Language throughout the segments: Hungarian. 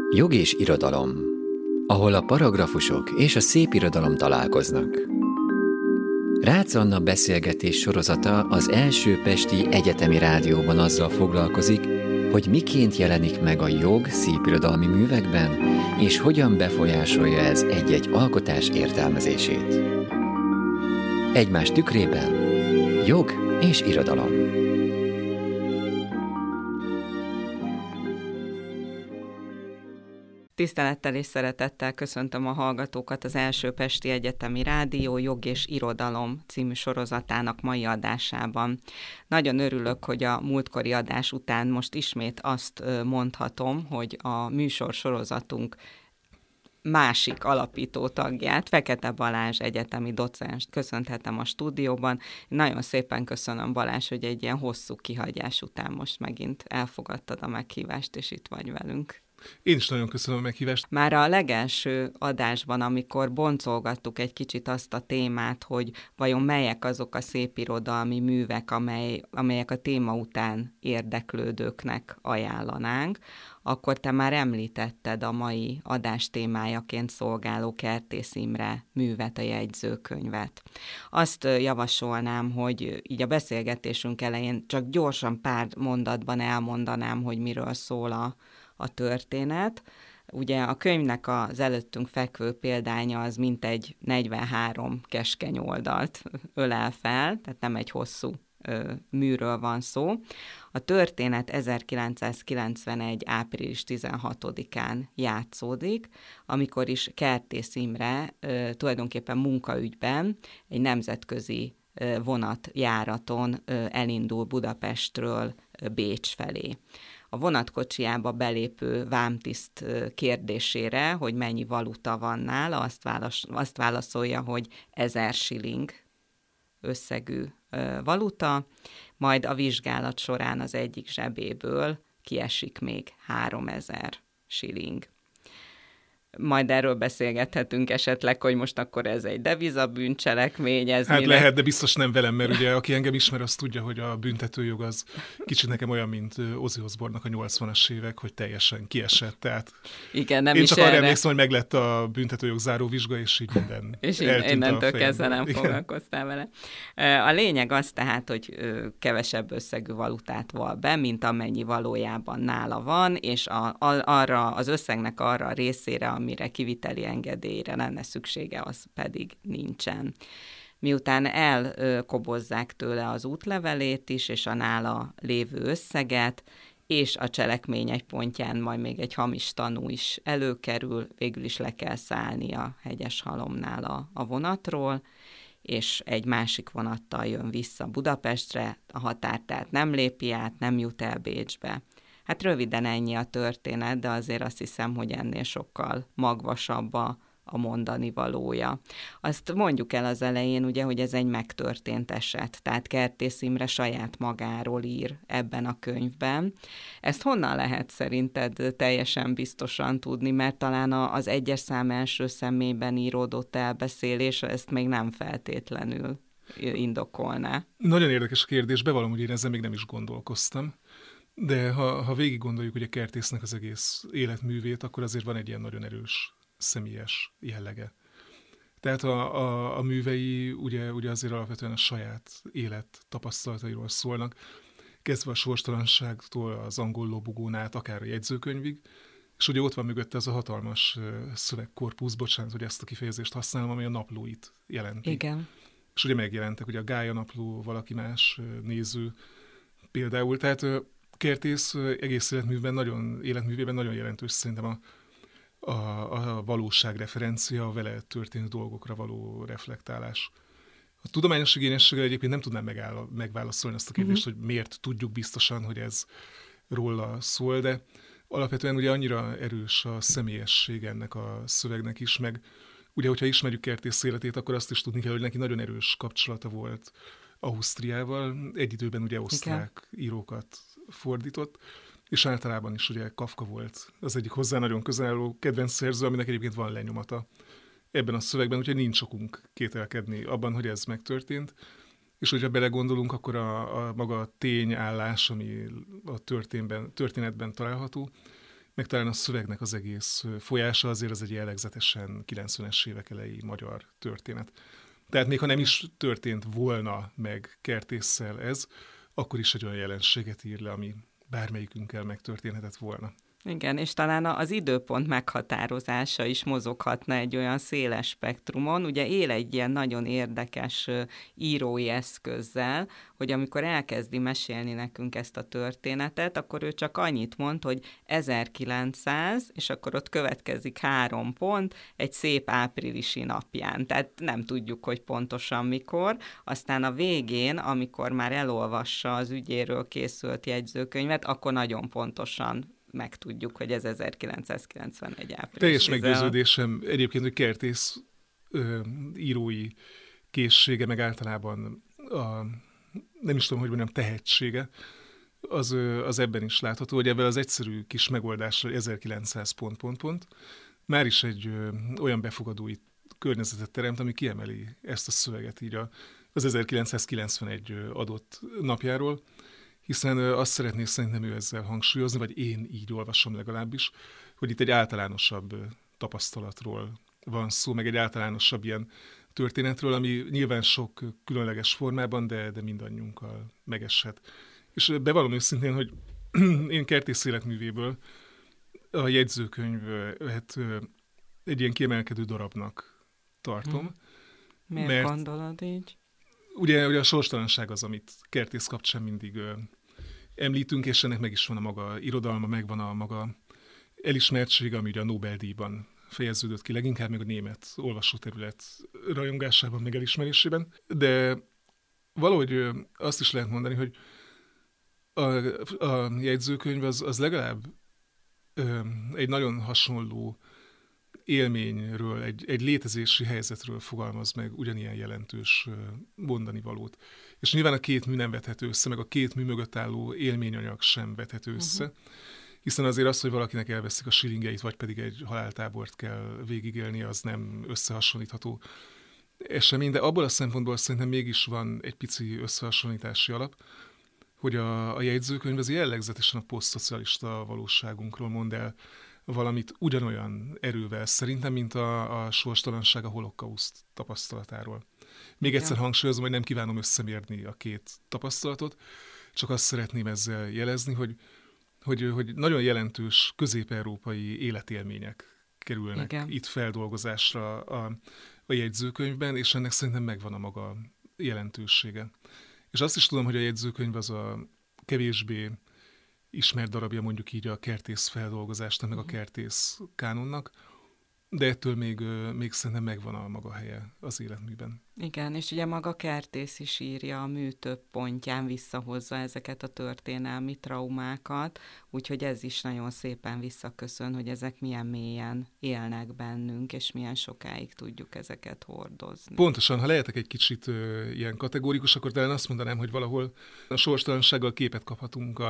Jog és irodalom, ahol a paragrafusok és a szép irodalom találkoznak. Rácz Anna beszélgetés sorozata az első pesti egyetemi rádióban azzal foglalkozik, hogy miként jelenik meg a jog szépirodalmi művekben, és hogyan befolyásolja ez egy-egy alkotás értelmezését. Egymás tükrében jog és irodalom. Tisztelettel és szeretettel köszöntöm a hallgatókat az első pesti egyetemi rádió Jog és Irodalom című sorozatának mai adásában. Nagyon örülök, hogy a múltkori adás után most ismét azt mondhatom, hogy a műsor sorozatunk másik alapító tagját, Fekete Balázs egyetemi docenst köszönhetem a stúdióban. Nagyon szépen köszönöm, Balázs, hogy egy ilyen hosszú kihagyás után most megint elfogadtad a meghívást, és itt vagy velünk. Én is nagyon köszönöm a meghívást. Már a legelső adásban, amikor boncolgattuk egy kicsit azt a témát, hogy vajon melyek azok a szépirodalmi művek, amelyek a téma után érdeklődőknek ajánlanánk, akkor te már említetted a mai adás témájaként szolgáló Kertész Imre művet, a jegyzőkönyvet. Azt javasolnám, hogy így a beszélgetésünk elején csak gyorsan pár mondatban elmondanám, hogy miről szól a történet. Ugye a könyvnek az előttünk fekvő példánya az mintegy 43 keskeny oldalt ölel fel, tehát nem egy hosszú műről van szó. A történet 1991. április 16-án játszódik, amikor is Kertész Imre tulajdonképpen munkaügyben egy nemzetközi vonatjáraton elindul Budapestről Bécs felé. A vonatkocsiába belépő vámtiszt kérdésére, hogy mennyi valuta van nála, azt válaszolja, hogy 1000 shilling összegű valuta, majd a vizsgálat során az egyik zsebéből kiesik még 3000 shilling. Majd erről beszélgethetünk esetleg, hogy most akkor ez egy devizabűncselekmény. Hát lehet, de biztos nem velem, mert ugye aki engem ismer, az tudja, hogy a büntetőjog az kicsit nekem olyan, mint Ozzy Osbourne-nak a 80-as évek, hogy teljesen kiesett. Tehát igen, nem én is csak arra emlékszem, hogy meglett a büntetőjog záróvizsga, és így minden és innentől kezdve nem foglalkoztál vele. A lényeg az tehát, hogy kevesebb összegű valutát val be, mint amennyi valójában nála van, és az összegnek arra a részére, amire kiviteli engedélyre lenne szüksége, az pedig nincsen. Miután elkobozzák tőle az útlevelét is, és a nála lévő összeget, és a cselekmény egy pontján majd még egy hamis tanú is előkerül, végül is le kell szállni a Hegyeshalomnál a vonatról, és egy másik vonattal jön vissza Budapestre, a határt tehát nem lépi át, nem jut el Bécsbe. Hát röviden ennyi a történet, de azért azt hiszem, hogy ennél sokkal magvasabb a mondani valója. Azt mondjuk el az elején, ugye, hogy ez egy megtörtént eset, tehát Kertész Imre saját magáról ír ebben a könyvben. Ezt honnan lehet szerinted teljesen biztosan tudni, mert talán az egyes szám első személyben íródott elbeszélés ezt még nem feltétlenül indokolná. Nagyon érdekes kérdés, bevallom, hogy én ezzel még nem is gondolkoztam. De ha végig gondoljuk ugye Kertésznek az egész életművét, akkor azért van egy ilyen nagyon erős személyes jellege. Tehát a művei ugye azért alapvetően a saját élet tapasztalatairól szólnak, kezdve a sorstalanságtól az angol lobogón át, akár a jegyzőkönyvig, és ugye ott van mögötte az a hatalmas szövegkorpusz, bocsánat, hogy ezt a kifejezést használom, ami a naplóit jelenti. Igen. És ugye megjelentek ugye a Gája napló, valaki más néző például, tehát Kertész egész életművében nagyon jelentős szerintem a valóság referencia, a vele történő dolgokra való reflektálás. A tudományos igényességgel egyébként nem tudnám megválaszolni azt a kérdést, hogy miért tudjuk biztosan, hogy ez róla szól, de alapvetően ugye annyira erős a személyesség ennek a szövegnek is, meg ugye, hogyha ismerjük Kertész életét, akkor azt is tudni kell, hogy neki nagyon erős kapcsolata volt Ausztriával, egy időben ugye osztrák írókat fordított, és általában is ugye Kafka volt az egyik hozzá nagyon közel álló kedvenc szerző, aminek egyébként van lenyomata ebben a szövegben, úgyhogy nincs okunk kételkedni abban, hogy ez megtörtént. És hogyha belegondolunk, akkor a maga tényállás, ami a történetben található, meg talán a szövegnek az egész folyása azért az egy jellegzetesen 90-es évek elejé magyar történet. Tehát még ha nem is történt volna meg Kertésszel ez, akkor is egy olyan jelenséget ír le, ami bármelyikünkkel megtörténhetett volna. Igen, és talán az időpont meghatározása is mozoghatna egy olyan széles spektrumon. Ugye él egy ilyen nagyon érdekes írói eszközzel, hogy amikor elkezdi mesélni nekünk ezt a történetet, akkor ő csak annyit mond, hogy 1900, és akkor ott következik 3 pont, egy szép áprilisi napján. Tehát nem tudjuk, hogy pontosan mikor. Aztán a végén, amikor már elolvassa az ügyéről készült jegyzőkönyvet, akkor nagyon pontosan megtudjuk, hogy ez 1991 április. Teljes meggyőződésem egyébként, hogy Kertész írói készsége, meg általában nem is tudom, hogy mondjam, tehetsége, az ebben is látható, hogy ebben az egyszerű kis megoldással 1900 ... már is egy olyan befogadói környezetet teremt, ami kiemeli ezt a szöveget így az 1991 adott napjáról, hiszen azt szeretné szerintem ő ezzel hangsúlyozni, vagy én így olvasom legalábbis, hogy itt egy általánosabb tapasztalatról van szó, meg egy általánosabb ilyen történetről, ami nyilván sok különleges formában, de mindannyiunkkal megeshet. És bevallom őszintén, hogy én Kertész életművéből a jegyzőkönyvet egy ilyen kiemelkedő darabnak tartom. Miért gondolod így? Ugye a sorstalanság az, amit Kertész kapcsán mindig említünk, és ennek meg is van a maga irodalma, megvan a maga elismertsége, ami ugye a Nobel-díjban fejeződött ki, leginkább meg a német olvasóterület rajongásában, meg elismerésében. De valahogy azt is lehet mondani, hogy a jegyzőkönyv az legalább egy nagyon hasonló élményről, egy létezési helyzetről fogalmaz meg ugyanilyen jelentős mondani valót. És nyilván a két mű nem vethető össze, meg a két mű mögött álló élményanyag sem vethető össze, hiszen azért az, hogy valakinek elveszik a silingeit, vagy pedig egy haláltábort kell végigélni, az nem összehasonlítható esemény, de abból a szempontból szerintem mégis van egy pici összehasonlítási alap, hogy a jegyzőkönyv az jellegzetesen a posztszocialista valóságunkról mond el valamit ugyanolyan erővel szerintem, mint a sorstalanság a holokauszt tapasztalatáról. Még egyszer hangsúlyozom, hogy nem kívánom összemérni a két tapasztalatot, csak azt szeretném ezzel jelezni, hogy nagyon jelentős közép-európai életélmények kerülnek itt feldolgozásra a jegyzőkönyvben, és ennek szerintem megvan a maga jelentősége. És azt is tudom, hogy a jegyzőkönyv az a kevésbé ismert darabja mondjuk így a Kertész feldolgozásnak, meg a Kertész kánonnak, de ettől még szerintem megvan a maga helye az életműben. Igen, és ugye maga Kertész is írja a mű több pontján, visszahozza ezeket a történelmi traumákat, úgyhogy ez is nagyon szépen visszaköszön, hogy ezek milyen mélyen élnek bennünk, és milyen sokáig tudjuk ezeket hordozni. Pontosan, ha lehetek egy kicsit ilyen kategórikus, akkor talán azt mondanám, hogy valahol a sorstalansággal képet kaphatunk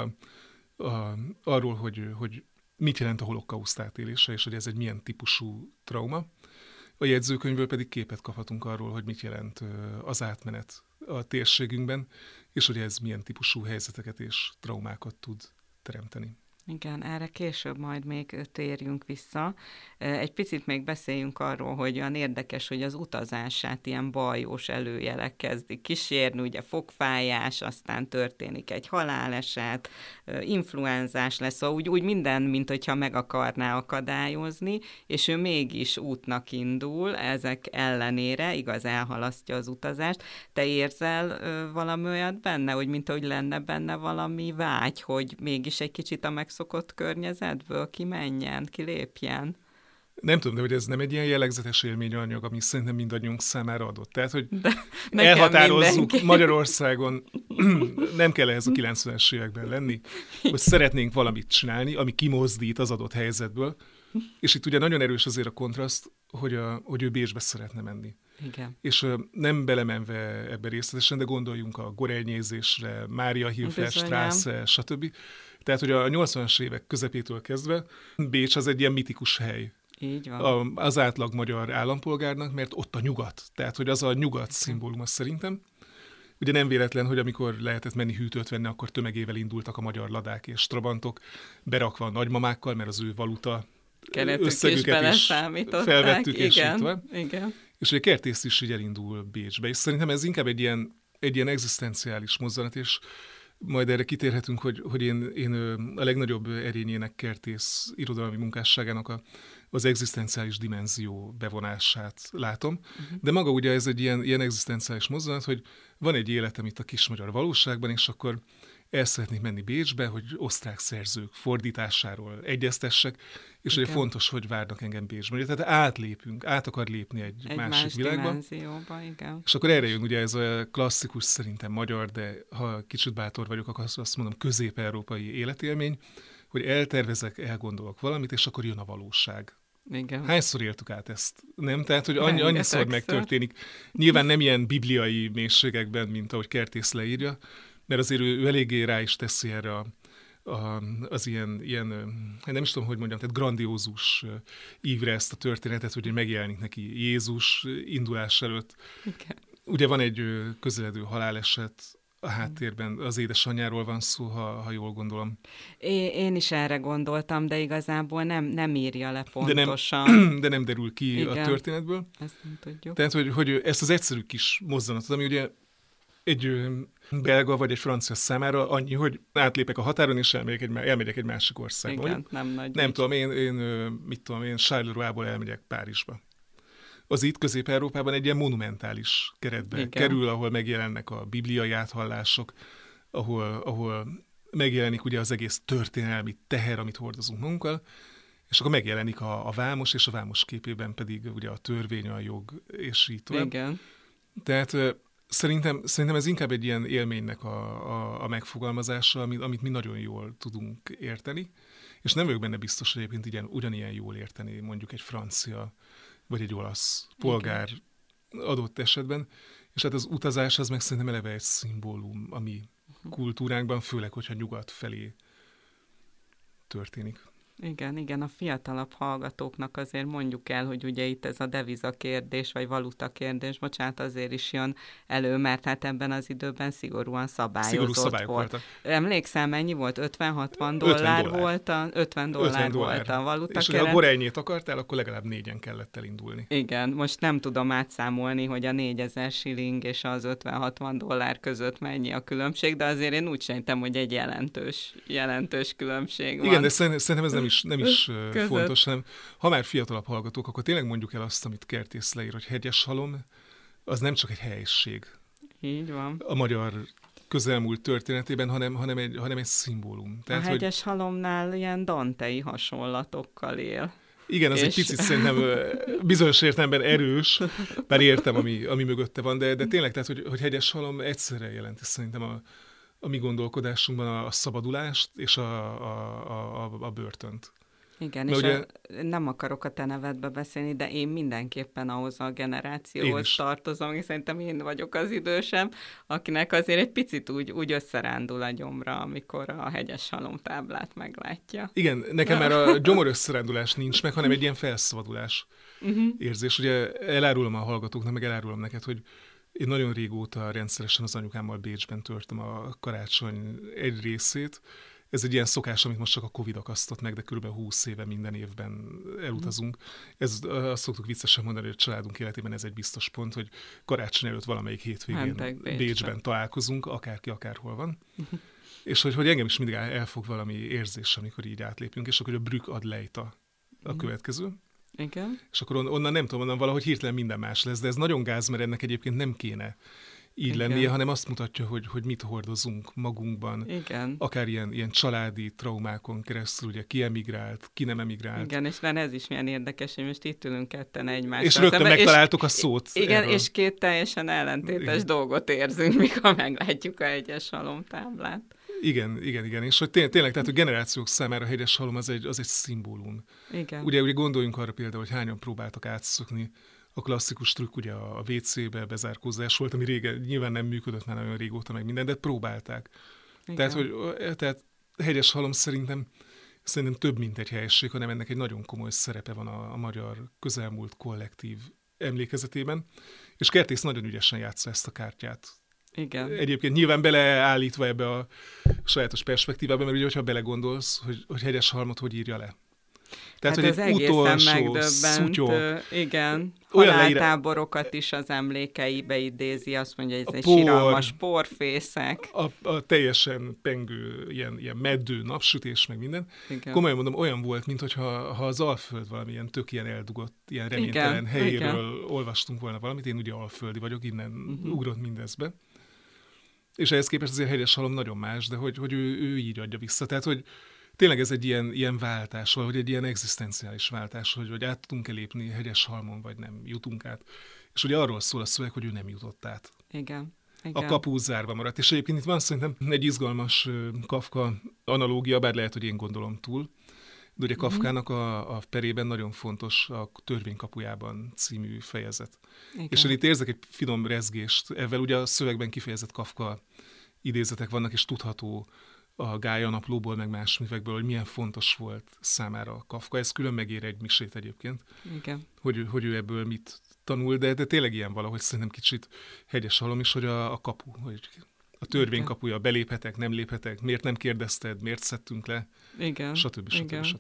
arról, hogy mit jelent a holokauszt átélése, és hogy ez egy milyen típusú trauma. A jegyzőkönyvből pedig képet kaphatunk arról, hogy mit jelent az átmenet a térségünkben, és hogy ez milyen típusú helyzeteket és traumákat tud teremteni. Igen, erre később majd még térjünk vissza. Egy picit még beszéljünk arról, hogy olyan érdekes, hogy az utazását ilyen bajós előjelek kezdik kísérni, ugye fogfájás, aztán történik egy haláleset, influenzás lesz, szóval úgy minden, mint hogyha meg akarná akadályozni, és ő mégis útnak indul, ezek ellenére, igaz, elhalasztja az utazást. Te érzel valami olyat benne, hogy mint ahogy lenne benne valami vágy, hogy mégis egy kicsit a megszokott környezetből kimenjen, kilépjen? Nem tudom, de hogy ez nem egy ilyen jellegzetes élményanyag, ami szerintem mindannyiunk számára adott. Tehát, hogy de elhatározzuk Magyarországon, nem kell ehhez a 90-es években lenni, hogy szeretnénk valamit csinálni, ami kimozdít az adott helyzetből. És itt ugye nagyon erős azért a kontraszt, hogy ő Bécsbe szeretne menni. Igen. És nem belemenve ebbe részletesen, de gondoljunk a Gorelnyézésre, Máriahilfer Straße, stb. Tehát, hogy a 80-as évek közepétől kezdve Bécs az egy ilyen mitikus hely. Így van. Az átlag magyar állampolgárnak, mert ott a nyugat. Tehát, hogy az a nyugat szimbóluma szerintem. Ugye nem véletlen, hogy amikor lehetett menni hűtőt venni, akkor tömegével indultak a magyar ladák és trabantok, berakva a nagymamákkal, mert az ő valuta összegüket is felvettük, és így tovább. Igen. És ugye Kertész is így elindul Bécsbe, és szerintem ez inkább egy ilyen egzisztenciális mozzanat, és majd erre kitérhetünk, hogy én a legnagyobb erényének Kertész irodalmi munkásságának az egzisztenciális dimenzió bevonását látom. De maga ugye ez egy ilyen egzisztenciális mozzanat, hogy van egy életem itt a kis magyar valóságban, és akkor el szeretnék menni Bécsbe, hogy osztrák szerzők fordításáról egyeztessek, és ugye fontos, hogy várnak engem Bécsben. Tehát át akar lépni egy másik világba. Igen. És akkor erre jön ugye ez a klasszikus, szerintem magyar, de ha kicsit bátor vagyok, akkor azt mondom közép-európai életélmény, hogy eltervezek, elgondolok valamit, és akkor jön a valóság. Igen. Hányszor éltük át ezt? Nem? Tehát, hogy annyiszor megtörténik. Nyilván nem ilyen bibliai mélységekben, mint ahogy Kertész leírja, mert azért ő eléggé rá is teszi erre az ilyen, nem is tudom, hogy mondjam, tehát grandiózus ívre ezt a történetet, hogy megjelenik neki Jézus indulás előtt. Igen. Ugye van egy közeledő haláleset, a háttérben az édesanyjáról van szó, ha jól gondolom. Én is erre gondoltam, de igazából nem írja le pontosan. De nem derül ki igen, a történetből. Ezt nem tudjuk. Tehát, hogy ezt az egyszerű kis mozzanatot, ami ugye egy belga vagy egy francia számára annyi, hogy átlépek a határon, és elmegyek egy másik országba. Igen, nem nagy. Nem tudom, én Charleroi-ból elmegyek Párizsba. Az itt Közép-Európában egy ilyen monumentális keretbe kerül, ahol megjelennek a bibliai áthallások, ahol megjelenik ugye az egész történelmi teher, amit hordozunk magunkkal, és akkor megjelenik a vámos, és a vámos képében pedig ugye a törvény, a jog, és így tovább. Igen. Tehát szerintem ez inkább egy ilyen élménynek a megfogalmazása, amit mi nagyon jól tudunk érteni, és nem vagyok benne biztos, hogy egyébként ugyanilyen jól érteni mondjuk egy francia vagy egy olasz polgár adott esetben, és hát az utazás az meg szerintem eleve egy szimbólum a mi kultúránkban, főleg, hogyha nyugat felé történik. Igen, a fiatalabb hallgatóknak azért mondjuk el, hogy ugye itt ez a deviza kérdés, vagy valuta kérdés, bocsánat, azért is jön elő, mert hát ebben az időben szigorúan szabályozott volt. Emlékszem, mennyi volt? 50-60 dollár volt a 50 dollár volt a valuta. És ha gorejnyét akartál, akkor legalább 4-en kellett elindulni. Igen, most nem tudom átszámolni, hogy a 4000 shilling és az 50-60 dollár között mennyi a különbség, de azért én úgy sejtem, hogy egy jelentős különbség van. Igen, de szerintem ez nem is fontos, hanem ha már fiatalabb hallgatók, akkor tényleg mondjuk el azt, amit Kertész leír, hogy Hegyeshalom, az nem csak egy helység. Így van. A magyar közelmúlt történetében, hanem egy szimbólum. Tehát, a Hegyeshalomnál ilyen dantei hasonlatokkal él. Igen, az egy picit szerintem bizonyos értelemben erős, bár értem, ami mögötte van, de tényleg, tehát, hogy Hegyeshalom egyszerre jelenti szerintem a mi gondolkodásunkban a szabadulást és a börtönt. Igen, és ugye, nem akarok a te nevedbe beszélni, de én mindenképpen ahhoz a generációhoz tartozom, és szerintem én vagyok az idősem, akinek azért egy picit úgy összerándul a gyomra, amikor a Hegyeshalom táblát meglátja. Igen, nekem már a gyomor összerándulás nincs meg, hanem egy ilyen felszabadulás érzés. Ugye elárulom a hallgatóknak, meg elárulom neked, hogy én nagyon régóta rendszeresen az anyukámmal Bécsben töltöm a karácsony egy részét. Ez egy ilyen szokás, amit most csak a Covid akasztott meg, de kb. 20 éve minden évben elutazunk. Azt szoktuk viccesen mondani, hogy a családunk életében ez egy biztos pont, hogy karácsony előtt valamelyik hétvégén Bécsben találkozunk, akárki akárhol van. És hogy engem is mindig elfog valami érzés, amikor így átlépünk, és akkor a Brück ad Lejta a következő. Igen. És akkor onnan nem tudom, onnan valahogy hirtelen minden más lesz, de ez nagyon gáz, mert ennek egyébként nem kéne így lennie, hanem azt mutatja, hogy mit hordozunk magunkban. Igen. Akár ilyen családi traumákon keresztül, ugye ki emigrált, ki nem emigrált. Igen, és ez is milyen érdekes, hogy most itt ülünk ketten egymással. És rögtön megtaláltuk a szót. Igen, erről. És két teljesen ellentétes dolgot érzünk, mikor meglátjuk a Hegyeshalom táblát. Igen, és hogy tényleg, tehát a generációk számára a Hegyeshalom az egy szimbólum. Igen. Ugye gondoljunk arra például, hogy hányan próbáltak átszokni. A klasszikus trükk ugye a WC-be bezárkózás volt, ami régen nyilván nem működött már nagyon régóta meg minden, de próbálták. Tehát Hegyeshalom szerintem több, mint egy helység, hanem ennek egy nagyon komoly szerepe van a magyar közelmúlt kollektív emlékezetében, és Kertész nagyon ügyesen játsza ezt a kártyát. Igen. Egyébként nyilván beleállítva ebbe a sajátos perspektívába, mert ugye, hogyha belegondolsz, hogy Hegyeshalmot hogy írja le. Tehát, hát hogy ez egy utolsó megdöbbent, szutyog. Igen, Olyan haláltáborokat is az emlékeibe idézi, azt mondja, hogy ez egy siralmas porfészek. A teljesen pengő, ilyen meddő napsütés, meg minden. Igen. Komolyan mondom, olyan volt, mintha az Alföld valamilyen tök ilyen eldugott, ilyen reménytelen helyéről olvastunk volna valamit. Én ugye alföldi vagyok, innen ugrott mindezbe. És ehhez képest azért Hegyeshalom nagyon más, de hogy ő így adja vissza. Tehát, hogy tényleg ez egy ilyen váltás, vagy egy ilyen egzisztenciális váltás, hogy át tudunk-e lépni Hegyeshalmon, vagy nem jutunk át. És ugye arról szól a szöveg, hogy ő nem jutott át. Igen. A kapu zárva maradt. És egyébként itt van szerintem egy izgalmas Kafka analógia, bár lehet, hogy én gondolom túl. De ugye Kafkának a perében nagyon fontos a Törvénykapujában című fejezet. Igen. És én itt érzek egy finom rezgést. Ezzel ugye a szövegben kifejezett Kafka idézetek vannak, és tudható a Gája naplóból, meg más művekből, hogy milyen fontos volt számára a Kafka. Ez külön megér egy misét egyébként, igen. Hogy ő ebből mit tanul, de tényleg ilyen valahogy szerintem kicsit Hegyeshalom is, hogy a kapu, hogy a törvénykapuja, beléphetek, nem léphetek, miért nem kérdezted, miért szedtünk le, igen. Stb.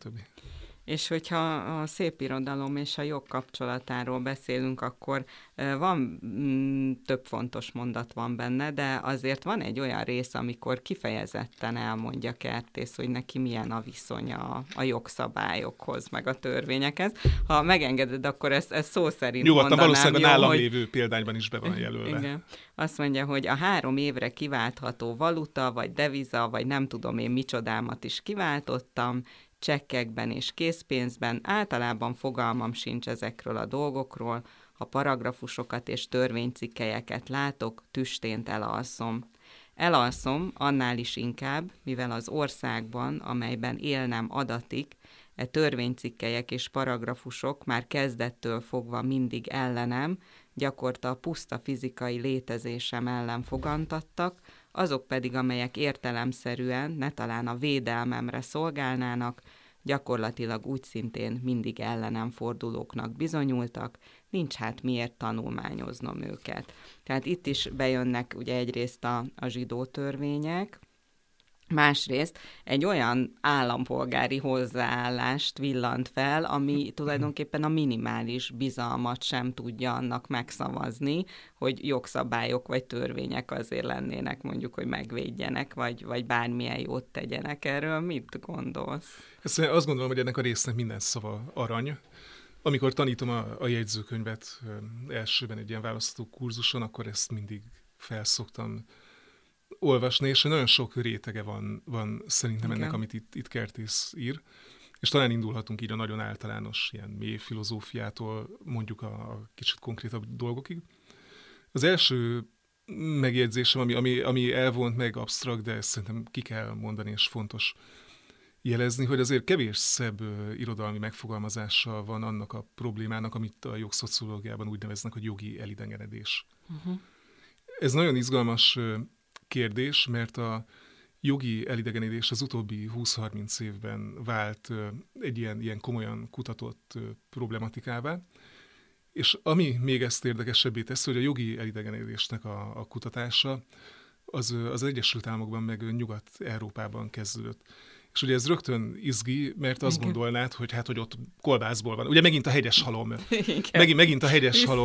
És hogyha a szépirodalom és a jog kapcsolatáról beszélünk, akkor van több fontos mondat van benne, de azért van egy olyan rész, amikor kifejezetten elmondja Kertész, hogy neki milyen a viszonya a jogszabályokhoz, meg a törvényekhez. Ha megengeded, akkor ezt szó szerint nyugodtan, mondanám. Valószínűleg a nálam lévő példányban is be van jelölve. Igen. Azt mondja, hogy a 3 évre kiváltható valuta, vagy deviza, vagy nem tudom én micsodámat is kiváltottam, csekkekben és készpénzben, általában fogalmam sincs ezekről a dolgokról, ha paragrafusokat és törvénycikkelyeket látok, tüstént elalszom. Elalszom annál is inkább, mivel az országban, amelyben élnem adatik, törvénycikkelyek és paragrafusok már kezdettől fogva mindig ellenem, gyakorta a puszta fizikai létezésem ellen fogantattak, azok pedig, amelyek értelemszerűen, ne talán a védelmemre szolgálnának, gyakorlatilag úgy szintén mindig ellenem fordulóknak bizonyultak, nincs hát miért tanulmányoznom őket. Tehát itt is bejönnek ugye egyrészt a zsidó törvények, másrészt egy olyan állampolgári hozzáállást villant fel, ami tulajdonképpen a minimális bizalmat sem tudja annak megszavazni, hogy jogszabályok vagy törvények azért lennének mondjuk, hogy megvédjenek, vagy bármilyen jót tegyenek. Erről mit gondolsz? Azt gondolom, hogy ennek a résznek minden szava arany. Amikor tanítom a jegyzőkönyvet elsőben egy ilyen választható kurzuson, akkor ezt mindig felszoktam olvasni, és nagyon sok rétege van szerintem ennek, amit itt Kertész ír, és talán indulhatunk így a nagyon általános ilyen mély filozófiától mondjuk a kicsit konkrétabb dolgokig. Az első megjegyzésem, ami elvont meg absztrakt, de szerintem ki kell mondani, és fontos jelezni, hogy azért kevés szebb irodalmi megfogalmazása van annak a problémának, amit a jogszociológiában úgy neveznek, hogy jogi elidegenedés. Ez nagyon izgalmas kérdés, mert a jogi elidegenedés az utóbbi 20-30 évben vált egy ilyen komolyan kutatott problematikává, és ami még ezt érdekesebbé teszi, hogy a jogi elidegenedésnek a kutatása az Egyesült Államokban meg Nyugat-Európában kezdődött. És ugye ez rögtön izgi, mert azt gondolnád, hogy ott kolbászból van. Ugye megint a Hegyeshalom. Megint a Hegyeshalom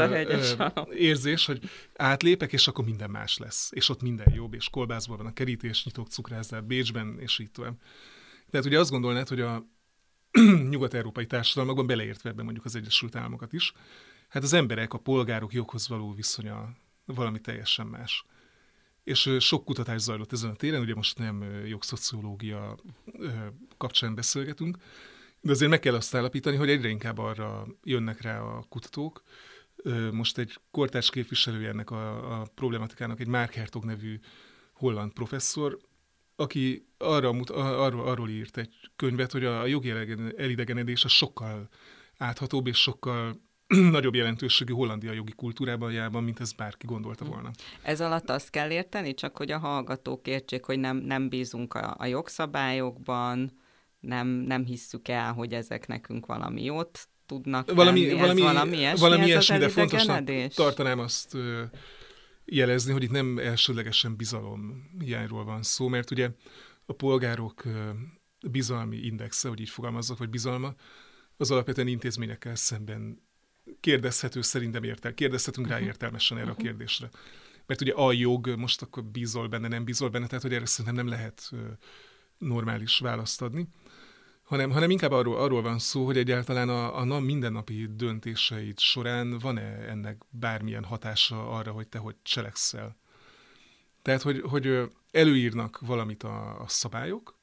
érzés, hogy átlépek, és akkor minden más lesz. És ott minden jobb, és kolbászból van a kerítés, nyitok cukrászát Bécsben, és így tovább. Tehát ugye azt gondolnád, hogy a nyugat-európai társadalmakban, beleértve ebben mondjuk az Egyesült Államokat is, hát az emberek, a polgárok joghoz való viszonya valami teljesen más. És sok kutatás zajlott ezen a téren, ugye most nem jogszociológia kapcsán beszélgetünk, de azért meg kell azt állapítani, hogy egyre inkább arra jönnek rá a kutatók. Most egy kortárs képviselője ennek a problematikának, egy Mark Hertog nevű holland professzor, aki arról írt egy könyvet, hogy a jogi elidegenedés az sokkal áthatóbb és sokkal nagyobb jelentőségű Hollandia jogi kultúrában, mint ez bárki gondolta volna. Ez alatt azt kell érteni, csak hogy a hallgatók értsék, hogy nem bízunk a jogszabályokban, nem hisszük el, hogy ezek nekünk valami jót tudnak valami ilyesmi, de fontosnak tartanám azt jelezni, hogy itt nem elsődlegesen bizalomhiányról van szó, mert ugye a polgárok bizalmi indexe, hogy így fogalmazzak, vagy bizalma, az alapvetően intézményekkel szemben kérdezhető szerintem kérdezhetünk rá értelmesen erre a kérdésre. Mert ugye a jog, most akkor bízol benne, nem bízol benne, tehát hogy erre szerintem nem lehet normális választ adni, hanem inkább arról van szó, hogy egyáltalán a mindennapi döntéseid során van-e ennek bármilyen hatása arra, hogy te hogy cselekszel. Tehát, hogy előírnak valamit a szabályok,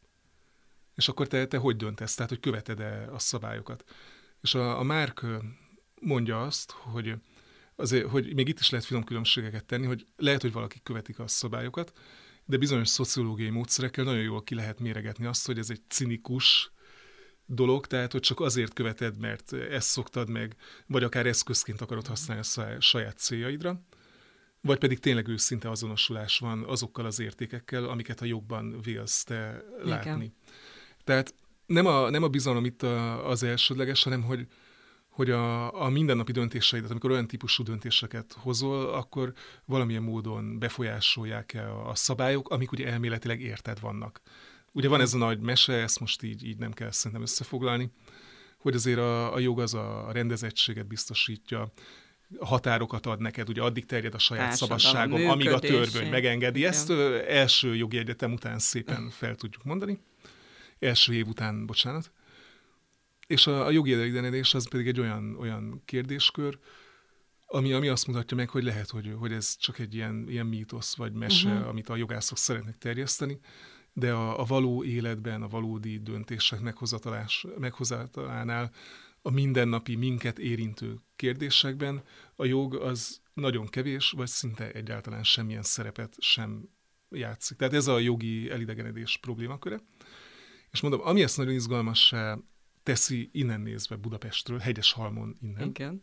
és akkor te hogy döntesz, tehát hogy követed-e a szabályokat. És a Márk mondja azt, hogy még itt is lehet finom különbségeket tenni, hogy lehet, hogy valaki követik a szabályokat, de bizonyos szociológiai módszerekkel nagyon jól ki lehet méregetni azt, hogy ez egy cinikus dolog, tehát hogy csak azért követed, mert ezt szoktad meg, vagy akár eszközként akarod használni a saját céljaidra, vagy pedig tényleg őszinte azonosulás van azokkal az értékekkel, amiket a jogban vélsz te látni. Igen. Tehát nem a bizalom itt az elsődleges, hanem hogy a mindennapi döntéseidet, amikor olyan típusú döntéseket hozol, akkor valamilyen módon befolyásolják-e a szabályok, amik ugye elméletileg érted vannak. Ugye van ez a nagy mese, ezt most így nem kell szerintem összefoglalni, hogy azért a jog az a rendezettséget biztosítja, határokat ad neked, ugye addig terjed a saját szabadságom, amíg a törvény megengedi. Igen. Ezt első jogi egyetem után szépen fel tudjuk mondani. Első év után, bocsánat. És a jogi elégedés az pedig egy olyan kérdéskör, ami azt mutatja meg, hogy lehet, hogy ez csak egy ilyen mítosz vagy mese, amit a jogászok szeretnek terjeszteni, de a való életben, a valódi döntések meghozatalánál, a mindennapi, minket érintő kérdésekben a jog az nagyon kevés, vagy szinte egyáltalán semmilyen szerepet sem játszik. Tehát ez a jogi elidegenedés problémaköre. És mondom, ami ezt nagyon izgalmassá teszi innen nézve Budapestről, Hegyeshalmon innen, igen.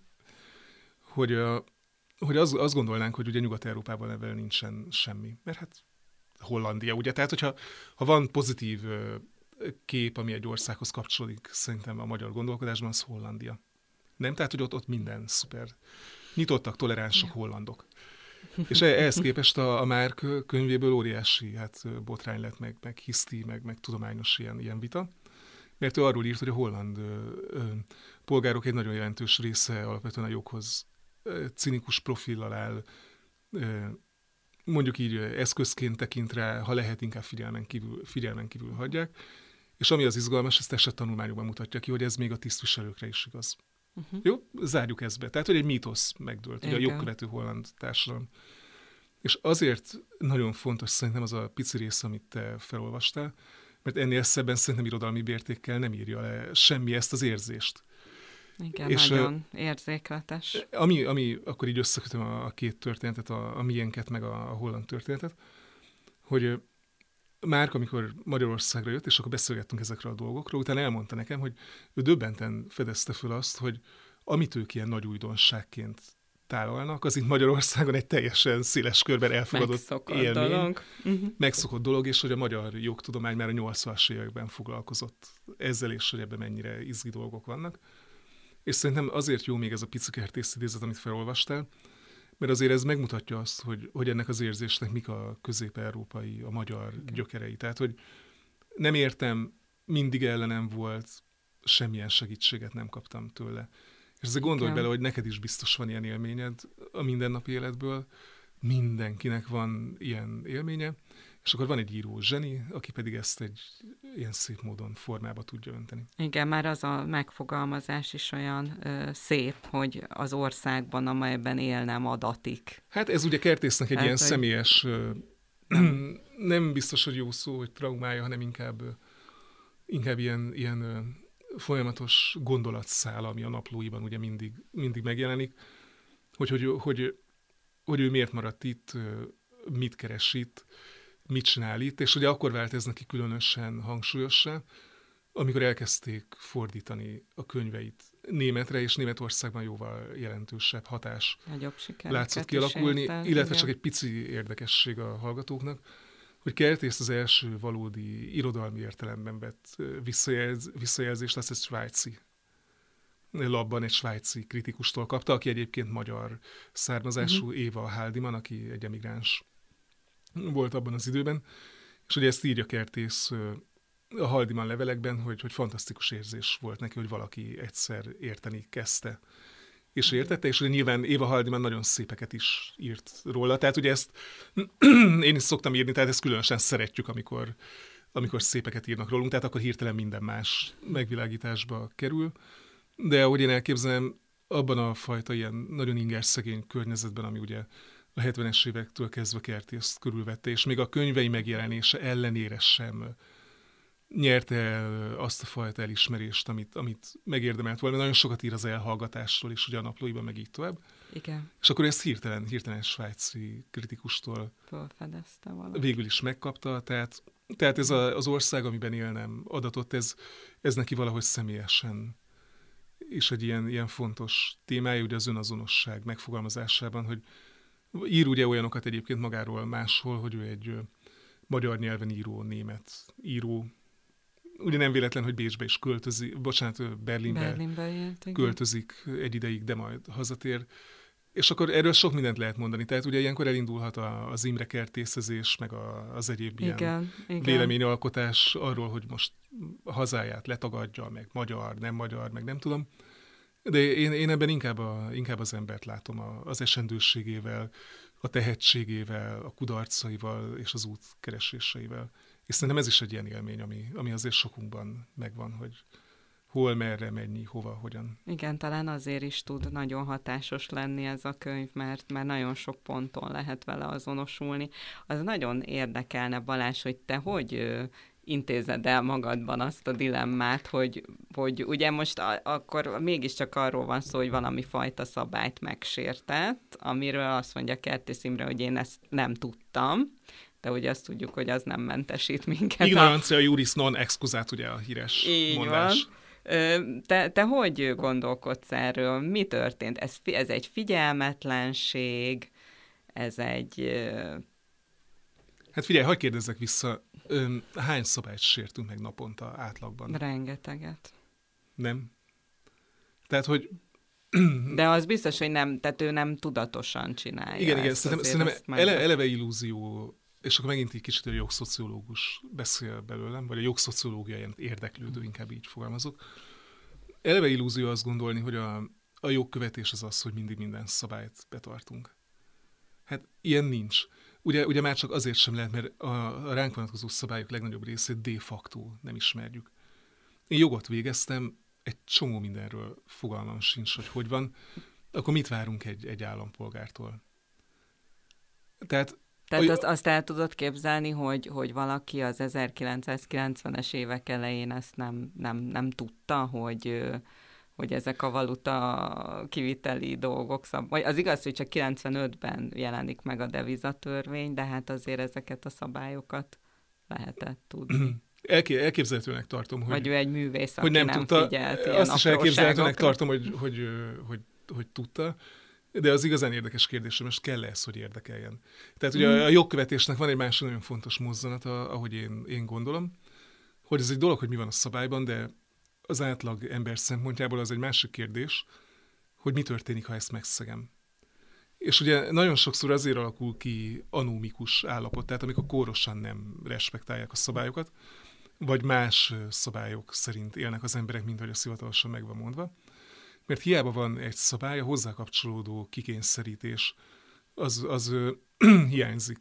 hogy azt gondolnánk, hogy ugye Nyugat-Európában ebben nincsen semmi. Mert hát Hollandia, ugye? Tehát, hogyha van pozitív kép, ami egy országhoz kapcsolódik, szerintem a magyar gondolkodásban, az Hollandia. Nem? Tehát, hogy ott minden szuper. Nyitottak, toleránsok hollandok. És ehhez képest a Márk könyvéből óriási botrány lett, meg hiszti, meg tudományos ilyen vita. Mert ő arról írt, hogy a holland polgárok egy nagyon jelentős része alapvetően a joghoz cinikus profillal áll, mondjuk így eszközként tekint rá, ha lehet, inkább figyelmen kívül hagyják. És ami az izgalmas, ezt esettanulmányokban mutatja ki, hogy ez még a tisztviselőkre is igaz. Jó, zárjuk ezt be. Tehát, hogy egy mítosz megdőlt, ugye a jogkövető holland társadalom. És azért nagyon fontos szerintem az a pici rész, amit te felolvastál, mert ennél szebben szerintem irodalmi bértékkel nem írja le semmi ezt az érzést. Igen, és nagyon érzékletes. Ami akkor így összekötöm a két történetet, a miénket, meg a holland történetet, hogy Márk, amikor Magyarországra jött, és akkor beszélgettünk ezekről a dolgokról, utána elmondta nekem, hogy ő döbbenten fedezte föl azt, hogy amit ők ilyen nagy újdonságként tálalnak, az itt Magyarországon egy teljesen széles körben elfogadott élmény. Megszokott dolog, és hogy a magyar jogtudomány már a 80-as években foglalkozott ezzel, és hogy ebben mennyire izgi dolgok vannak. És szerintem azért jó még ez a pici kertészidézet, amit felolvastál, mert azért ez megmutatja azt, hogy ennek az érzésnek mik a közép-európai, a magyar gyökerei. Tehát, hogy nem értem, mindig ellenem volt, semmilyen segítséget nem kaptam tőle. És azért gondolj bele, hogy neked is biztos van ilyen élményed a mindennapi életből, mindenkinek van ilyen élménye, és akkor van egy író zseni, aki pedig ezt egy ilyen szép módon formába tudja önteni. Igen, már az a megfogalmazás is olyan szép, hogy az országban, amelyben él, nem adatik. Hát ez ugye Kertésznek egy ilyen személyes, nem biztos, hogy jó szó, hogy traumája, hanem inkább ilyen folyamatos gondolatszál, ami a naplóiban ugye mindig megjelenik, hogy ő miért maradt itt, mit keres itt, mit csinál itt, és ugye akkor vált ez neki különösen hangsúlyossá, amikor elkezdték fordítani a könyveit németre, és Németországban jóval jelentősebb hatás látszott kialakulni, illetve csak egy pici érdekesség a hallgatóknak, hogy Kertész az első valódi irodalmi értelemben vett visszajelzés lesz, ez svájci. labban egy svájci kritikustól kapta, aki egyébként magyar származású, Éva Haldiman, aki egy emigráns volt abban az időben, és ugye ezt írja Kertész a Haldiman levelekben, hogy fantasztikus érzés volt neki, hogy valaki egyszer érteni kezdte. És értette, és ugye nyilván Éva Haldiman nagyon szépeket is írt róla. Tehát ugye ezt én is szoktam írni, tehát ezt különösen szeretjük, amikor szépeket írnak rólunk, tehát akkor hirtelen minden más megvilágításba kerül. De ahogy én elképzelem, abban a fajta ilyen nagyon ingerszegény környezetben, ami ugye a 70-es évektől kezdve Kertészt körülvette, és még a könyvei megjelenése ellenére sem nyerte el azt a fajta elismerést, amit megérdemelt volna. Nagyon sokat ír az elhallgatásról, és ugye a naplóiban meg így tovább. Igen. És akkor ezt hirtelen svájci kritikustól fölfedezte valaki. Végül is megkapta, tehát ez az ország, amiben élnem adatot, ez neki valahogy személyesen és egy ilyen fontos témája, ugye az önazonosság megfogalmazásában, hogy ír ugye olyanokat egyébként magáról máshol, hogy ő egy magyar nyelven író, német író. Ugye nem véletlen, hogy Bécsbe is költözik, Berlinbe költözik egy ideig, de majd hazatér. És akkor erről sok mindent lehet mondani. Tehát ugye ilyenkor elindulhat az Imre kertészezés, meg az egyéb ilyen véleményalkotás arról, hogy most a hazáját letagadja, meg magyar, meg nem tudom. De én ebben inkább az embert látom az esendőségével, a tehetségével, a kudarcaival és az út kereséseivel. És szerintem ez is egy ilyen élmény, ami azért sokunkban megvan, hogy hol, merre, mennyi, hova, hogyan. Igen, talán azért is tud nagyon hatásos lenni ez a könyv, mert nagyon sok ponton lehet vele azonosulni. Az nagyon érdekelne, Balázs, hogy te hogy intézed el magadban azt a dilemmát, hogy ugye most akkor mégiscsak arról van szó, hogy valami fajta szabályt megsértett, amiről azt mondja Kertész Imre, hogy én ezt nem tudtam, de ugye azt tudjuk, hogy az nem mentesít minket. Ignorancia juris non excusat, ugye a híres mondás. Te hogy gondolkodsz erről? Mi történt? Ez egy figyelmetlenség? Ez egy... Hát figyelj, hadd kérdezzek vissza, hány szabályt sértünk meg naponta átlagban? Rengeteget. Nem? Tehát, hogy... De az biztos, hogy nem, tehát ő nem tudatosan csinálja. Igen, szerintem eleve illúzió, és akkor megint egy kicsit a jogszociológus beszél belőlem, vagy a jogszociológia ilyen érdeklődő, inkább így fogalmazok. Eleve illúzió azt gondolni, hogy a jogkövetés az, hogy mindig minden szabályt betartunk. Hát ilyen nincs. Ugye már csak azért sem lehet, mert a ránk vonatkozó szabályok legnagyobb részét de facto nem ismerjük. Én jogot végeztem, egy csomó mindenről fogalmam sincs, hogy van. Akkor mit várunk egy állampolgártól? Tehát azt el tudod képzelni, hogy valaki az 1990-es évek elején ezt nem tudta, hogy ezek a valuta kiviteli dolgok vagy az igaz, hogy csak 95-ben jelenik meg a devizatörvény, de hát azért ezeket a szabályokat lehetett tudni. Elképzelhetőnek tartom, hogy... Vagy ő egy művész, aki nem tudta, figyelt ilyen azt is elképzelhetőnek tartom, hogy tudta, de az igazán érdekes kérdés, hogy most kell ez, hogy érdekeljen. Tehát ugye a jogkövetésnek van egy másik nagyon fontos mozzanata, ahogy én gondolom, hogy ez egy dolog, hogy mi van a szabályban, de az átlag ember szempontjából az egy másik kérdés, hogy mi történik, ha ezt megszegem. És ugye nagyon sokszor azért alakul ki anómikus állapot, tehát amikor kórosan nem respektálják a szabályokat, vagy más szabályok szerint élnek az emberek, mint hogy a hivatalosan meg van mondva. Mert hiába van egy szabály, a hozzá kapcsolódó kikényszerítés az hiányzik.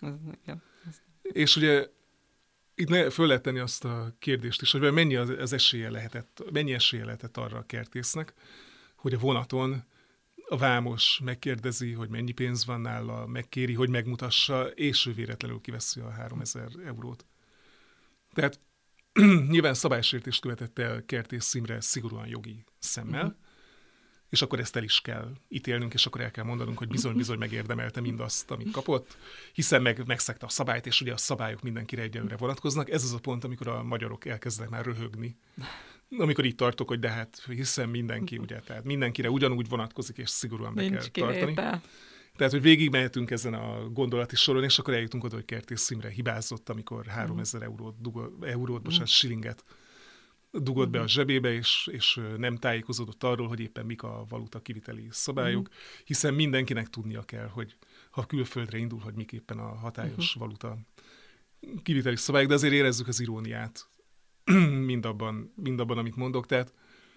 És ugye itt föl lehet tenni azt a kérdést is, hogy mennyi esélye lehetett arra a kertésznek, hogy a vonaton a vámos megkérdezi, hogy mennyi pénz van nála, megkéri, hogy megmutassa, és ő véletlenül kiveszi a 3000 eurót. Tehát nyilván szabálysértést követett el Kertész Imre szigorúan jogi szemmel, és akkor ezt el is kell ítélnünk, és akkor el kell mondanunk, hogy bizony megérdemelte mindazt, amit kapott, hiszen megszegte a szabályt, és ugye a szabályok mindenkire egyenlőre vonatkoznak. Ez az a pont, amikor a magyarok elkezdenek már röhögni. Amikor itt tartok, hogy de hát hiszen mindenki, ugye, tehát mindenkire ugyanúgy vonatkozik, és szigorúan be kell tartani. Tehát, hogy végigmehetünk ezen a gondolati soron, és akkor eljutunk oda, hogy Kertész Imre hibázott, amikor 3000 shillinget dugott be a zsebébe, és nem tájékozódott arról, hogy éppen mik a valuta kiviteli szabályok, hiszen mindenkinek tudnia kell, hogy ha külföldre indul, hogy mik éppen a hatályos valuta kiviteli szabályok, de azért érezzük az iróniát mindabban, amit mondok. Tehát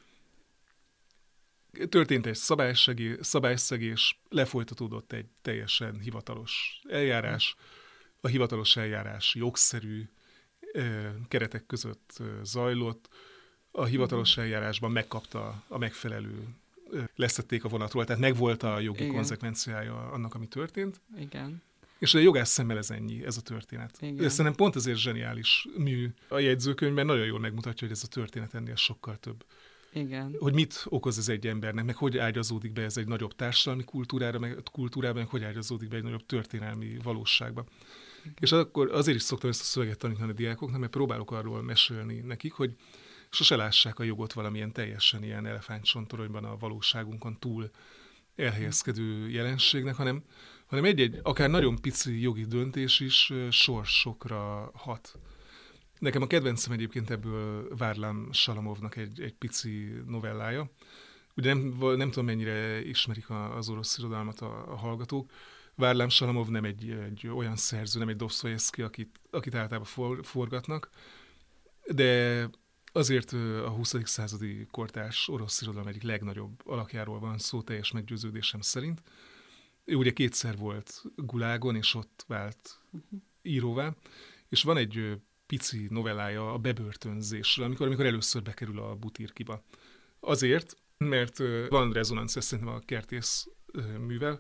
történt egy szabályszegés, lefolytatódott egy teljesen hivatalos eljárás. A hivatalos eljárás jogszerű keretek között zajlott. A hivatalos eljárásban megkapta a megfelelő, leszették a vonatról, tehát megvolt a jogi konzekvenciája annak, ami történt. Igen. És a jogász szemmel ez a történet. Igen. Szerintem pont ezért zseniális mű a jegyzőkönyvben, nagyon jól megmutatja, hogy ez a történet ennél sokkal több. Igen. Hogy mit okoz ez egy embernek, meg hogy ágyazódik be ez egy nagyobb társadalmi kultúrába, meg hogy ágyazódik be egy nagyobb történelmi valóságba. Igen. És akkor azért is szoktam ezt a szöveget tanítani a diákoknak, mert próbálok arról mesélni nekik, hogy sose lássák a jogot valamilyen teljesen ilyen elefántcsontoronyban a valóságunkon túl elhelyezkedő jelenségnek, hanem egy-egy, akár nagyon pici jogi döntés is sorsokra hat. Nekem a kedvencem egyébként ebből Varlam Shalamovnak egy pici novellája. Ugye nem tudom, mennyire ismerik az orosz irodalmat a hallgatók. Varlam Shalamov nem egy olyan szerző, nem egy Dostoyevsky, akit általában forgatnak, de azért a 20. századi kortárs orosz irodalom egyik legnagyobb alakjáról van szó, teljes meggyőződésem szerint. Ő ugye 2-szer volt Gulágon, és ott vált íróvá, és van egy pici novellája a bebörtönzésről, amikor először bekerül a Butyrkiba. Azért, mert van rezonancia szerintem a Kertész művel,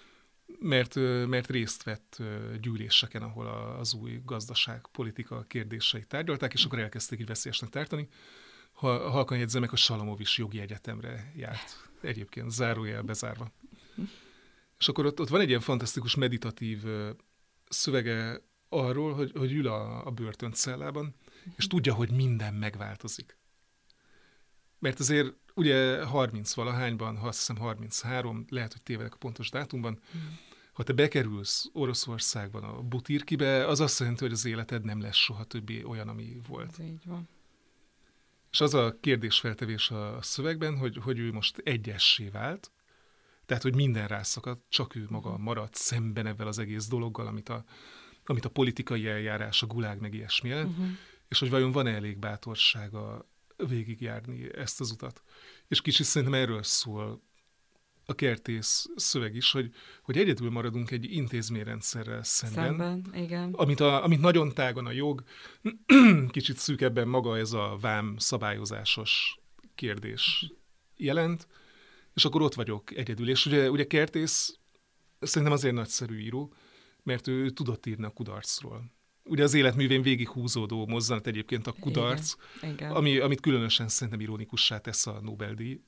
mert részt vett gyűléseken, ahol az új gazdaságpolitika kérdéseit tárgyalták, és akkor elkezdték így veszélyesnek tartani. Halkan jegyzem meg, hogy Shalamov is jogi egyetemre járt. Egyébként zárójel bezárva. És akkor ott van egy ilyen fantasztikus meditatív szövege arról, hogy ül a börtöncellában, és tudja, hogy minden megváltozik. Mert azért ugye 30-valahányban, ha azt hiszem 33, lehet, hogy tévedek a pontos dátumban, ha te bekerülsz Oroszországban a Butyrkibe, az azt jelenti, hogy az életed nem lesz soha többé olyan, ami volt. Ez így van. És az a kérdésfeltevés a szövegben, hogy ő most egyessé vált, tehát, hogy minden rászakadt, csak ő maga maradt szemben ebben az egész dologgal, amit a politikai eljárás, a gulág meg ilyesmi jelent, és hogy vajon van-e elég bátorsága végigjárni ezt az utat. És kicsit szerintem erről szól a Kertész szöveg is, hogy egyedül maradunk egy intézményrendszerrel szemben igen. Amit nagyon tágan a jog, kicsit szűkebben maga ez a vám szabályozásos kérdés jelent, és akkor ott vagyok egyedül. És ugye Kertész szerintem azért nagyszerű író, mert ő tudott írni a kudarcról. Ugye az életművén végighúzódó mozzanat egyébként a kudarc, igen. Amit különösen szerintem ironikussá tesz a Nobel-díj,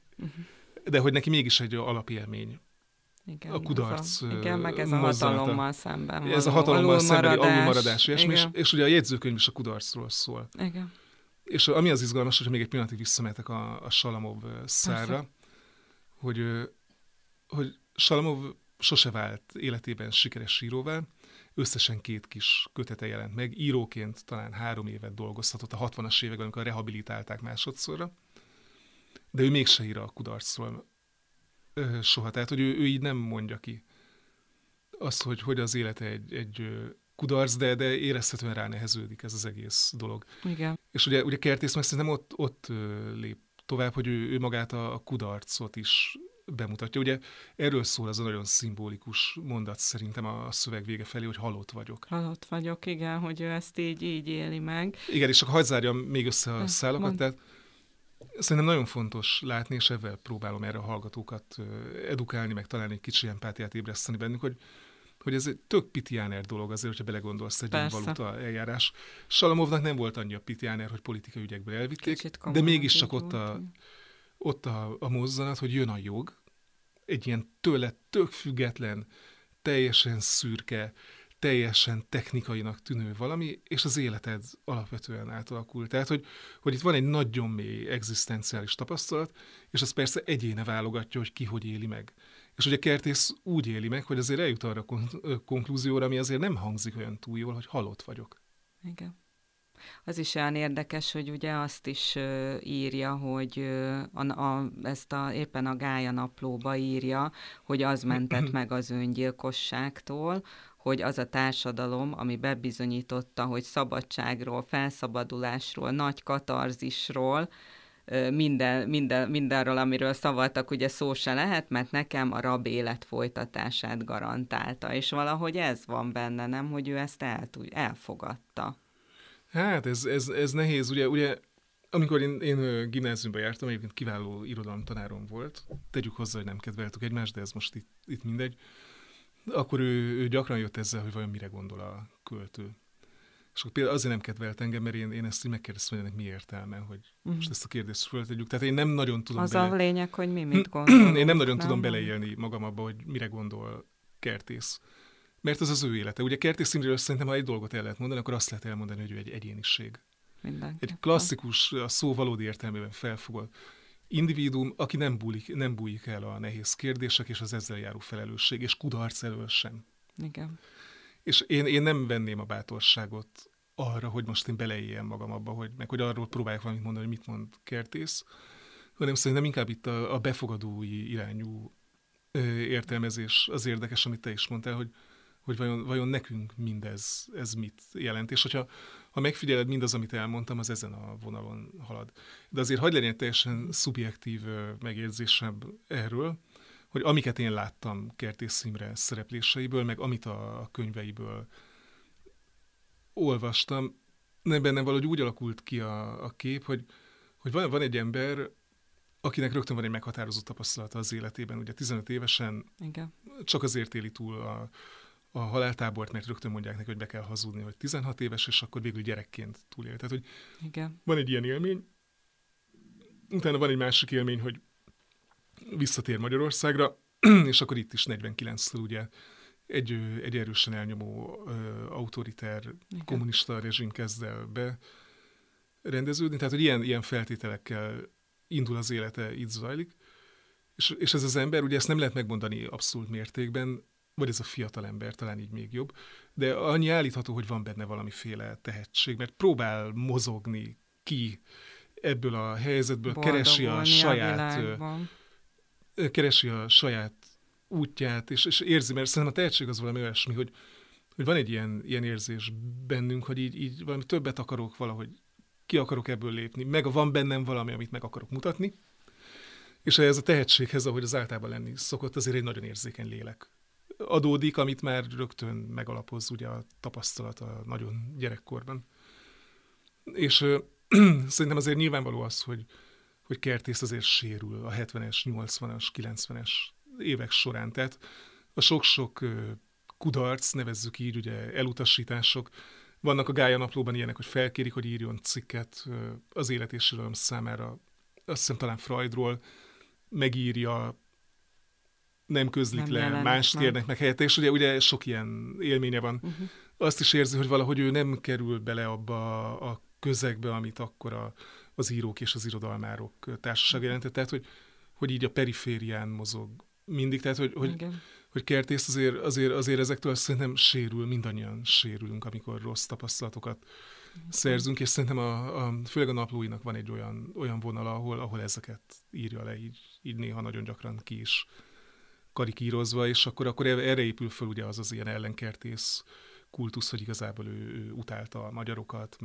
de hogy neki mégis egy alapélmény. Igen, a kudarc igen, meg ez a hatalommal szemben. Ez a hatalommal szemben alulmaradás, és ugye a jegyzőkönyv is a kudarcról szól. Igen. És ami az izgalmas, hogy még egy pillanatig visszamehetek a Shalamov szárra, hogy Shalamov sose vált életében sikeres íróvá, összesen 2 kis kötete jelent meg, íróként talán 3 évet dolgozhatott a 60-as években, amikor rehabilitálták másodszorra, de ő mégse ír a kudarcról soha. Tehát, hogy ő így nem mondja ki azt, hogy az élete egy kudarc, de érezhetően ráneheződik ez az egész dolog. Igen. És ugye Kertész meg szerintem ott lép tovább, hogy ő magát a kudarcot is bemutatja. Ugye erről szól az a nagyon szimbolikus mondat szerintem a szöveg vége felé, hogy halott vagyok. Halott vagyok, igen, hogy ő ezt így éli meg. Igen, és akkor hadd zárjam még össze a szálakat, tehát szerintem nagyon fontos látni, és ezzel próbálom erre a hallgatókat edukálni, meg talán egy kicsi empátiát ébreszteni bennük, hogy ez egy tök pitiáner dolog azért, hogyha belegondolsz egy ilyen valuta eljárás. Shalamovnak nem volt annyi a pitiáner, hogy politikai ügyekből elvitték, de mégiscsak ott a mozzanat, hogy jön a jog, egy ilyen tőle tök független, teljesen szürke, teljesen technikainak tűnő valami, és az életed alapvetően átalakul. Tehát, hogy itt van egy nagyon mély egzisztenciális tapasztalat, és az persze egyéne válogatja, hogy ki hogy éli meg. És ugye Kertész úgy éli meg, hogy azért eljut arra a konklúzióra, ami azért nem hangzik olyan túl jól, hogy halott vagyok. Igen. Az is olyan érdekes, hogy ugye azt is írja, hogy éppen a Gája naplóba írja, hogy az mentett meg az öngyilkosságtól, hogy az a társadalom, ami bebizonyította, hogy szabadságról, felszabadulásról, nagy katarzisról, mindenről, amiről szavaltak, ugye szó se lehet, mert nekem a rab élet folytatását garantálta. És valahogy ez van benne, nem, hogy ő ezt elfogadta. Hát ez nehéz, ugye amikor én gimnáziumban jártam, egyébként kiváló irodalomtanárom volt, tegyük hozzá, hogy nem kedveltük egymást, de ez most itt mindegy, akkor ő gyakran jött ezzel, hogy vajon mire gondol a költő. És akkor például azért nem kedvelt engem, mert én ezt így megkérdeztem, hogy ennek mi értelme, hogy most ezt a kérdést föltegyük. Tehát én nem nagyon tudom a lényeg, hogy mi mit gondolunk. Én nem nagyon tudom beleélni magam abba, hogy mire gondol Kertész. Mert az az ő élete. Ugye Kertész Imréről szerintem, ha egy dolgot el lehet mondani, akkor azt lehet elmondani, hogy ő egy egyéniség. Egy klasszikus, a szó valódi értelmében felfogott individuum, aki nem bújik el a nehéz kérdések, és az ezzel járó felelősség, és kudarc elől sem. Igen. És én nem venném a bátorságot arra, hogy most én beleéljem magam abba, hogy arról próbálják valamit mondani, hogy mit mond Kertész, hanem szerintem inkább itt a befogadói irányú értelmezés az érdekes, amit te is mondtál, hogy vajon nekünk mindez mit jelent. És ha megfigyeled, mindaz, amit elmondtam, az ezen a vonalon halad. De azért hadd legyen teljesen szubjektív megérzésem erről, hogy amiket én láttam Kertész Imre szerepléseiből, meg amit a könyveiből olvastam, bennem valahogy úgy alakult ki a kép, hogy van egy ember, akinek rögtön van egy meghatározott tapasztalata az életében. Ugye 15 évesen igen. Csak azért éli túl a haláltábort, mert rögtön mondják neki, hogy be kell hazudni, hogy 16 éves, és akkor végül gyerekként túlél. Tehát, hogy igen. Van egy ilyen élmény, utána van egy másik élmény, hogy visszatér Magyarországra, és akkor itt is 49-től ugye egy erősen elnyomó autoriter kommunista rezsim kezd el berendeződni. Tehát, hogy ilyen feltételekkel indul az élete, itt zajlik. És ez az ember, ugye ezt nem lehet megmondani abszolút mértékben, vagy ez a fiatal ember, talán így még jobb, de annyi állítható, hogy van benne valamiféle tehetség, mert próbál mozogni ki ebből a helyzetből, keresi a saját útját, és érzi, mert szerintem a tehetség az valami olyasmi, hogy van egy ilyen érzés bennünk, hogy így valami többet akarok valahogy, ki akarok ebből lépni, meg van bennem valami, amit meg akarok mutatni, és ez a tehetséghez, ahogy az általában lenni szokott, azért egy nagyon érzékeny lélek adódik, amit már rögtön megalapoz ugye a tapasztalat a nagyon gyerekkorban. És szerintem azért nyilvánvaló az, hogy Kertész azért sérül a 70-es, 80-as, 90-es évek során. Tehát a sok-sok kudarc, nevezzük így, ugye elutasítások, vannak a Gája naplóban ilyenek, hogy felkérik, hogy írjon cikket az élet és irodalom számára, azt hiszem talán Freudról, megírja, nem közlik le, mást kérnek meg helyette, és ugye sok ilyen élménye van. Azt is érzi, hogy valahogy ő nem kerül bele abba a közegbe, amit akkor az írók és az irodalmárok társaság jelentett, tehát hogy így a periférián mozog mindig, tehát hogy Kertész azért ezektől szerintem sérül, mindannyian sérülünk, amikor rossz tapasztalatokat szerzünk, és szerintem főleg a naplóinak van egy olyan vonala, ahol ezeket írja le, így néha nagyon gyakran ki is karikírozva, és akkor erre épül föl ugye az ilyen ellenkertész kultusz, hogy igazából ő utálta a magyarokat,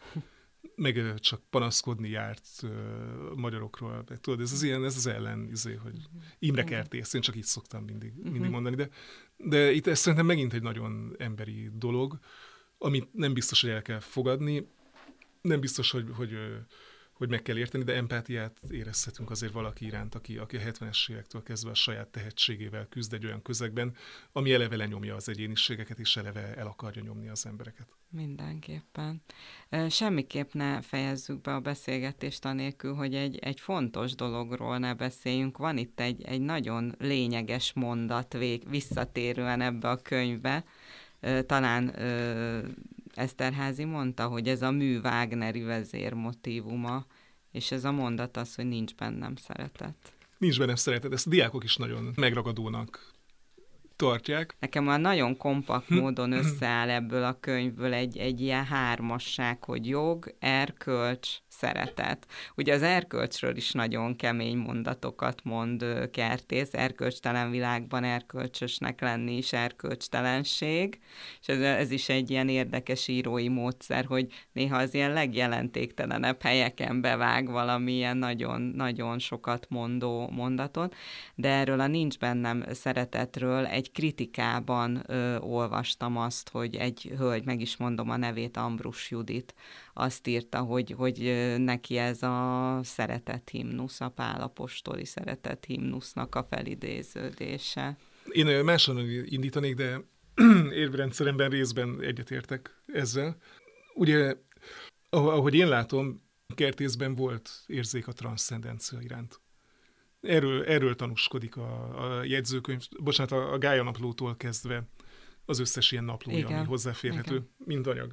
meg csak panaszkodni járt magyarokról. Tudod, ez az ellen, hogy Imre Kertész, én csak így szoktam mindig mondani, de itt ez szerintem megint egy nagyon emberi dolog, amit nem biztos, hogy el kell fogadni, nem biztos, hogy meg kell érteni, de empátiát érezhetünk azért valaki iránt, aki a 70-es évektől kezdve a saját tehetségével küzd egy olyan közegben, ami eleve lenyomja az egyéniségeket, és eleve el akarja nyomni az embereket. Mindenképpen. Semmiképp ne fejezzük be a beszélgetést anélkül, hogy egy fontos dologról ne beszéljünk. Van itt egy nagyon lényeges mondat visszatérően ebbe a könyvbe. Talán Eszterházy mondta, hogy ez a mű Wagneri vezérmotívuma, és ez a mondat az, hogy nincs bennem szeretet. Nincs bennem szeretet, ezt a diákok is nagyon megragadónak tartják. Nekem már nagyon kompakt módon összeáll ebből a könyvből egy ilyen hármasság, hogy jog, erkölcs, szeretet. Ugye az erkölcsről is nagyon kemény mondatokat mond Kertész, erkölcstelen világban erkölcsösnek lenni is erkölcstelenség, és ez is egy ilyen érdekes írói módszer, hogy néha az ilyen legjelentéktelenebb helyeken bevág valamilyen nagyon sokat mondó mondaton, de erről a Nincs bennem szeretetről egy kritikában olvastam azt, hogy egy hölgy, meg is mondom a nevét, Ambrus Judit, azt írta, hogy neki ez a szeretethimnusz, a Pál apostoli szeretethimnusznak a felidéződése. Én máson indítanék, de érvrendszeremben részben egyetértek ezzel. Ugye, ahogy én látom, Kertészben volt érzék a transzcendencia iránt. Erről tanúskodik a jegyzőkönyv, a Gája naplótól kezdve az összes ilyen naplója, ami hozzáférhető, mind anyag.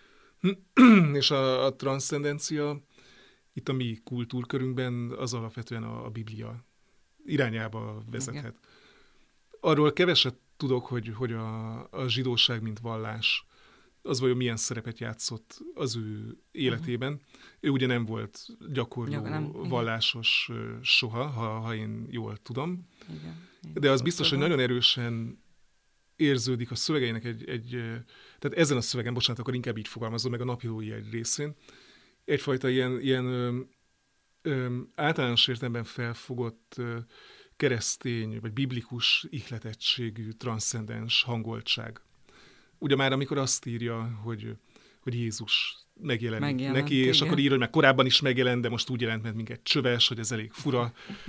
És a transzcendencia itt a mi kultúrkörünkben az alapvetően a Biblia irányába vezethet. Igen. Arról keveset tudok, hogy a zsidóság, mint vallás, az vajon milyen szerepet játszott az ő életében. Ő ugye nem volt gyakorló vallásos soha, ha én jól tudom. Igen. De az biztos, hogy nagyon erősen érződik a szövegeinek tehát ezen a szövegen, akkor inkább így fogalmazom meg a naplói egy részén, egyfajta ilyen általános értelemben felfogott keresztény, vagy biblikus ihletettségű, transzcendens hangoltság. Ugye már amikor azt írja, hogy Jézus megjelent neki, és igen. Akkor írja, hogy meg korábban is megjelent, de most úgy jelent, mert minket csöves, hogy ez elég fura,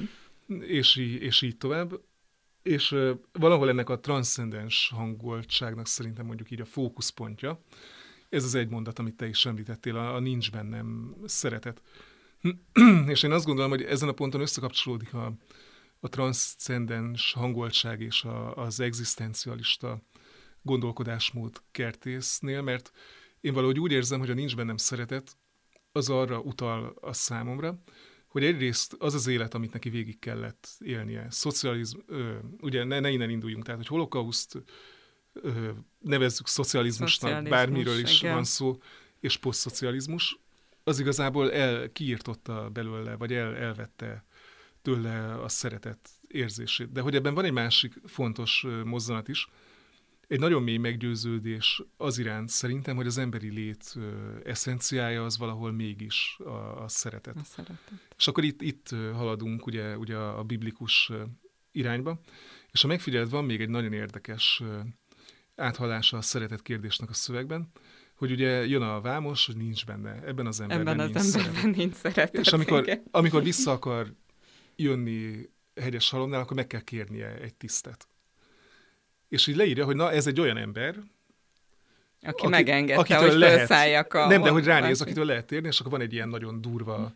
és így tovább. És valahol ennek a transzcendens hangoltságnak szerintem mondjuk így a fókuszpontja. Ez az egy mondat, amit te is említettél, a Nincs bennem szeretet. És én azt gondolom, hogy ezen a ponton összekapcsolódik a transzcendens hangoltság és az egzisztencialista gondolkodásmód Kertésznél, mert én valahogy úgy érzem, hogy a Nincs bennem szeretet az arra utal a számomra, hogy egyrészt az az élet, amit neki végig kellett élnie. Ugye ne innen induljunk, tehát hogy holokauszt nevezzük szocializmusnak, bármiről is igen. Van szó, és posztszocializmus, az igazából kiirtotta belőle, vagy elvette tőle a szeretet érzését. De hogy ebben van egy másik fontos mozzanat is, egy nagyon mély meggyőződés az iránt szerintem, hogy az emberi lét eszenciája az valahol mégis a szeretet. És akkor itt haladunk ugye a biblikus irányba, és ha megfigyeled, van még egy nagyon érdekes áthallása a szeretet kérdésnek a szövegben, hogy ugye jön a vámos, hogy nincs benne, ebben az emberben nincs szeretet. És amikor vissza akar jönni hegyes halomnál, akkor meg kell kérnie egy tisztet. És így leírja, hogy na, ez egy olyan ember, aki megengedte, hogy felszálljak a... Nem, de hogy ránéz, akitől lehet térni, és akkor van egy ilyen nagyon durva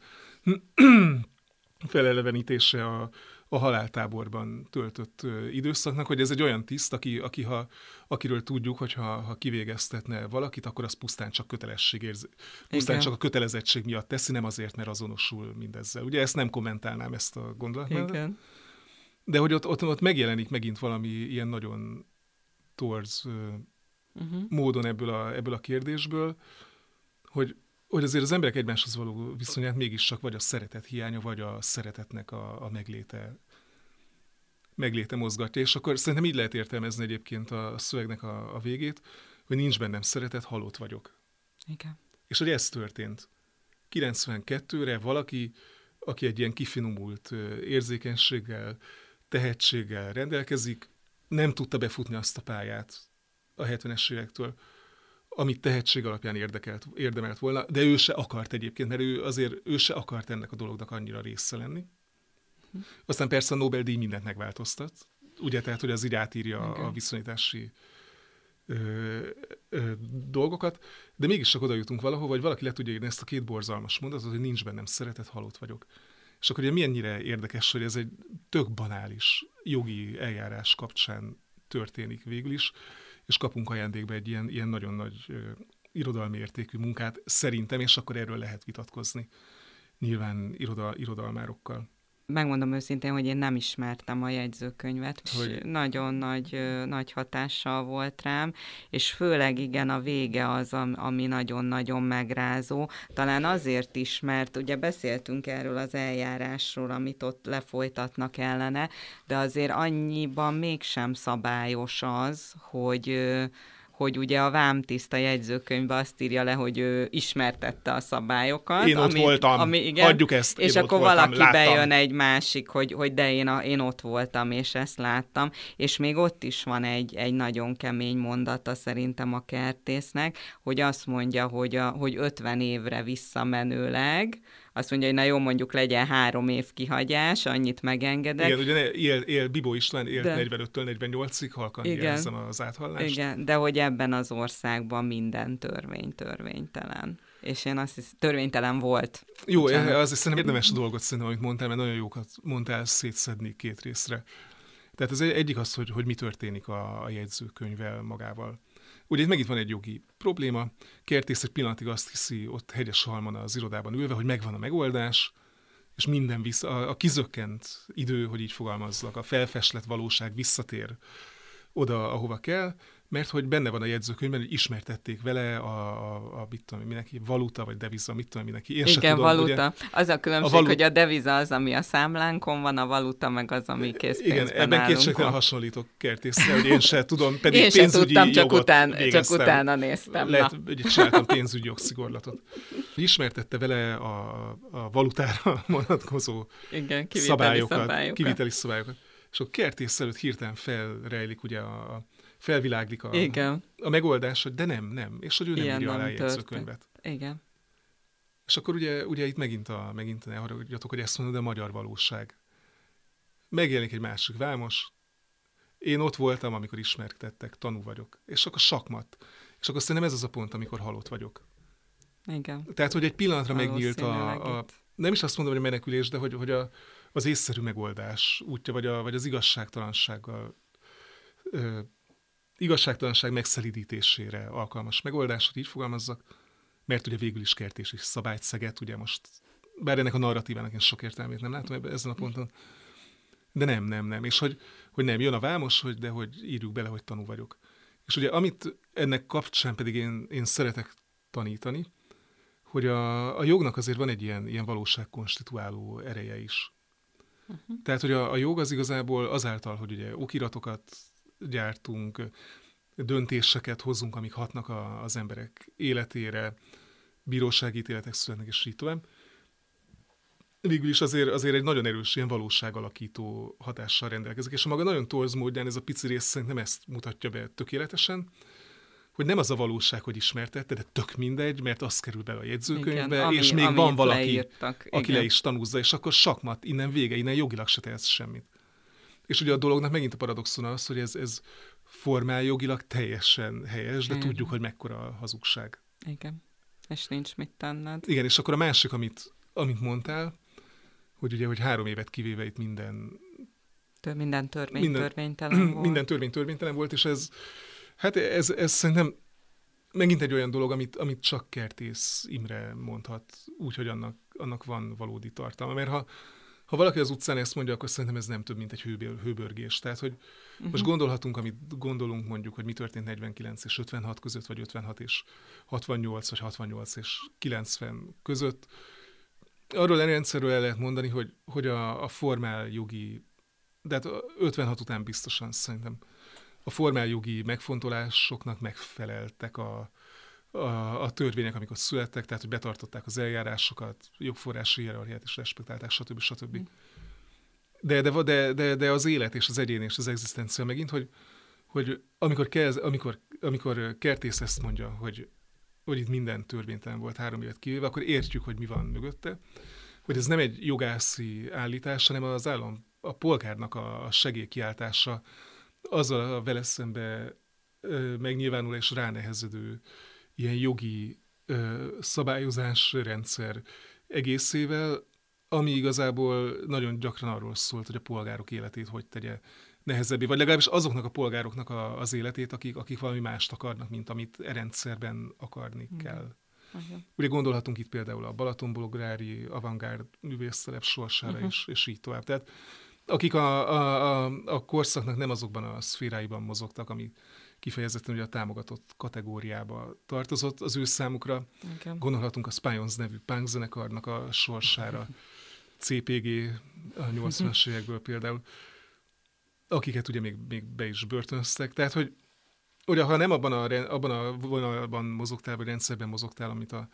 felelevenítése a haláltáborban töltött időszaknak, hogy ez egy olyan tiszt, akiről tudjuk, hogy ha kivégeztetne valakit, akkor az pusztán csak csak a kötelezettség miatt teszi, nem azért, mert azonosul mindezzel. Ugye ezt nem kommentálnám, ezt a gondolatot. De hogy ott megjelenik megint valami ilyen nagyon torz módon ebből a kérdésből, hogy azért az emberek egymáshoz való viszonyát mégiscsak vagy a szeretet hiánya, vagy a szeretetnek a megléte mozgatja. És akkor szerintem így lehet értelmezni egyébként a szövegnek a végét, hogy nincs bennem szeretet, halott vagyok. Igen. És hogy ez történt. 92-re valaki, aki egy ilyen kifinomult érzékenységgel, tehetséggel rendelkezik, nem tudta befutni azt a pályát a 70-es évektől, amit tehetség alapján érdemelt volna, de ő se akart egyébként, mert ő se akart ennek a dolognak annyira része lenni. Aztán persze a Nobel-díj mindent megváltoztat, ugye, tehát, hogy az így átírja a viszonyítási dolgokat, de mégis csak oda jutunk valahova, hogy valaki le tudja írni ezt a két borzalmas mondatot, hogy nincs bennem szeretet, halott vagyok. És akkor ugye milyennyire érdekes, hogy ez egy tök banális jogi eljárás kapcsán történik végül is, és kapunk ajándékba egy ilyen nagyon nagy irodalmi értékű munkát, szerintem, és akkor erről lehet vitatkozni. Nyilván irodalmárokkal. Megmondom őszintén, hogy én nem ismertem a jegyzőkönyvet, és nagyon nagy hatással volt rám, és főleg igen, a vége az, ami nagyon-nagyon megrázó. Talán azért is, mert ugye beszéltünk erről az eljárásról, amit ott lefolytatnak ellene, de azért annyiban mégsem szabályos az, hogy ugye a vámtiszt a jegyzőkönyvben azt írja le, hogy ő ismertette a szabályokat. Én ott voltam, igen, hagyjuk ezt. És akkor valaki bejön egy másik, hogy de én ott voltam, és ezt láttam. És még ott is van egy nagyon kemény mondata szerintem a kertésznek, hogy azt mondja, hogy 50 évre visszamenőleg, azt mondja, hogy na jó, mondjuk legyen 3 év kihagyás, annyit megengedek. Igen, ugye Bibó István élt 45-től 48-ig, halkan jelzem az áthallást. Igen, de hogy ebben az országban minden törvénytelen. És én azt hiszem, törvénytelen volt. Jó, az szerintem érdemes a dolgot szerintem, amit mondtál, mert nagyon jókat mondtál szétszedni 2 részre. Tehát az egyik az, hogy mi történik a jegyzőkönyvvel magával. Ugye itt megint van egy jogi probléma, kertész egy pillanatig azt hiszi ott Hegyeshalmon az irodában ülve, hogy megvan a megoldás, és minden a kizökkent idő, hogy így fogalmazzak, a felfestett valóság visszatér oda, ahova kell, mert hogy benne van a jegyzőkönyvben, hogy ismertették vele a mit tudom, mindenki, valuta vagy deviza, mit tudom, mindenki. Én igen, tudom, valuta. Ugye, az a különbség, hogy a deviza az, ami a számlánkon van, a valuta meg az, ami készpénzben igen, ebben kétségtelen hasonlítok kertészre, hogy én se tudom, pedig én pénzügyi tudtam, jogot csak utána néztem. Lehet, hogy csináltam pénzügyi jogszigorlatot. Ismertette vele a valutára vonatkozó kiviteli szabályokat. És a kertész előtt hirtelen felrejlik, ugye felviláglik a megoldás, hogy de nem, és hogy ő nem írja alá a jegyzőkönyvet. Igen. És akkor ugye itt megint ne haragudjatok, hogy ezt mondod, de a magyar valóság. Megjelenik egy másik vámos, én ott voltam, amikor ismertettek, tanú vagyok. És akkor sakmat. És akkor szerintem ez az a pont, amikor halott vagyok. Igen. Tehát, hogy egy pillanatra megnyílt nem is azt mondom, hogy a menekülés, de hogy az észszerű megoldás útja, vagy az igazságtalanság megszelidítésére alkalmas megoldás, hogy így fogalmazzak, mert ugye végül is kertés is szabályt szeget, ugye most, bár ennek a narratívának én sok értelmét nem látom ezen a ponton, de nem. És hogy nem, jön a vámos, de hogy írjuk bele, hogy tanú vagyok. És ugye amit ennek kapcsán pedig én szeretek tanítani, hogy a jognak azért van egy ilyen valóságkonstituáló ereje is. Uh-huh. Tehát, hogy a jog az igazából azáltal, hogy ugye okiratokat gyártunk, döntéseket hozzunk, amik hatnak az emberek életére, bírósági ítéletek születnek, és így tovább. Végül is azért egy nagyon erős ilyen valóságalakító hatással rendelkezik, és a maga nagyon torz módján ez a pici rész szerintem ezt mutatja be tökéletesen, hogy nem az a valóság, hogy ismertette, de tök mindegy, mert az kerül bele a jegyzőkönyvbe, igen, és még van valaki, aki le is tanúzza, és akkor sakmat, innen vége, innen jogilag se tehetsz semmit. És ugye a dolognak megint a paradoxon az, hogy ez formál jogilag teljesen helyes, de tudjuk, hogy mekkora a hazugság. Igen, és nincs mit tenned. Igen, és akkor a másik, amit mondtál, hogy ugye, hogy 3 évet kivéve itt minden törvénytelen volt. Minden törvénytelen volt, és ez szerintem megint egy olyan dolog, amit csak Kertész Imre mondhat, úgyhogy annak van valódi tartalma. Mert ha valaki az utcán ezt mondja, akkor szerintem ez nem több, mint egy hőbörgés. Tehát, hogy most gondolhatunk, amit gondolunk mondjuk, hogy mi történt 49 és 56 között, vagy 56 és 68, vagy 68 és 90 között. Arról a rendszerről el lehet mondani, hogy a formál jogi, de hát 56 után biztosan szerintem a formál jogi megfontolásoknak megfeleltek a törvények, amikor születtek, tehát hogy betartották az eljárásokat, jogforrási hierarchiát is respektálták, stb. De az élet és az egyén és az egzisztencia megint, hogy amikor Kertész ezt mondja, hogy itt minden törvénytelen volt 3 évet kivéve, akkor értjük, hogy mi van mögötte, hogy ez nem egy jogászi állítás, hanem a polgárnak a segélykiáltása, azzal a vele szembe megnyilvánul és ránehezedő ilyen jogi szabályozás rendszer egészével, ami igazából nagyon gyakran arról szólt, hogy a polgárok életét hogy tegye nehezebbé, vagy legalábbis azoknak a polgároknak az életét, akik valami mást akarnak, mint amit rendszerben akarni kell. Ugye gondolhatunk itt például a Balatonbográri avantgárd művésztelep sorsára is, és így tovább. Tehát akik a korszaknak nem azokban a szféráiban mozogtak, ami kifejezetten ugye a támogatott kategóriába tartozott az ő számukra. Gondolhatunk a Spyons nevű punk zenekarnak a sorsára, CPG a 80-as évekből például, akiket ugye még be is börtönöztek. Tehát, hogy ugye, ha nem abban a vonalban mozogtál, vagy rendszerben mozogtál,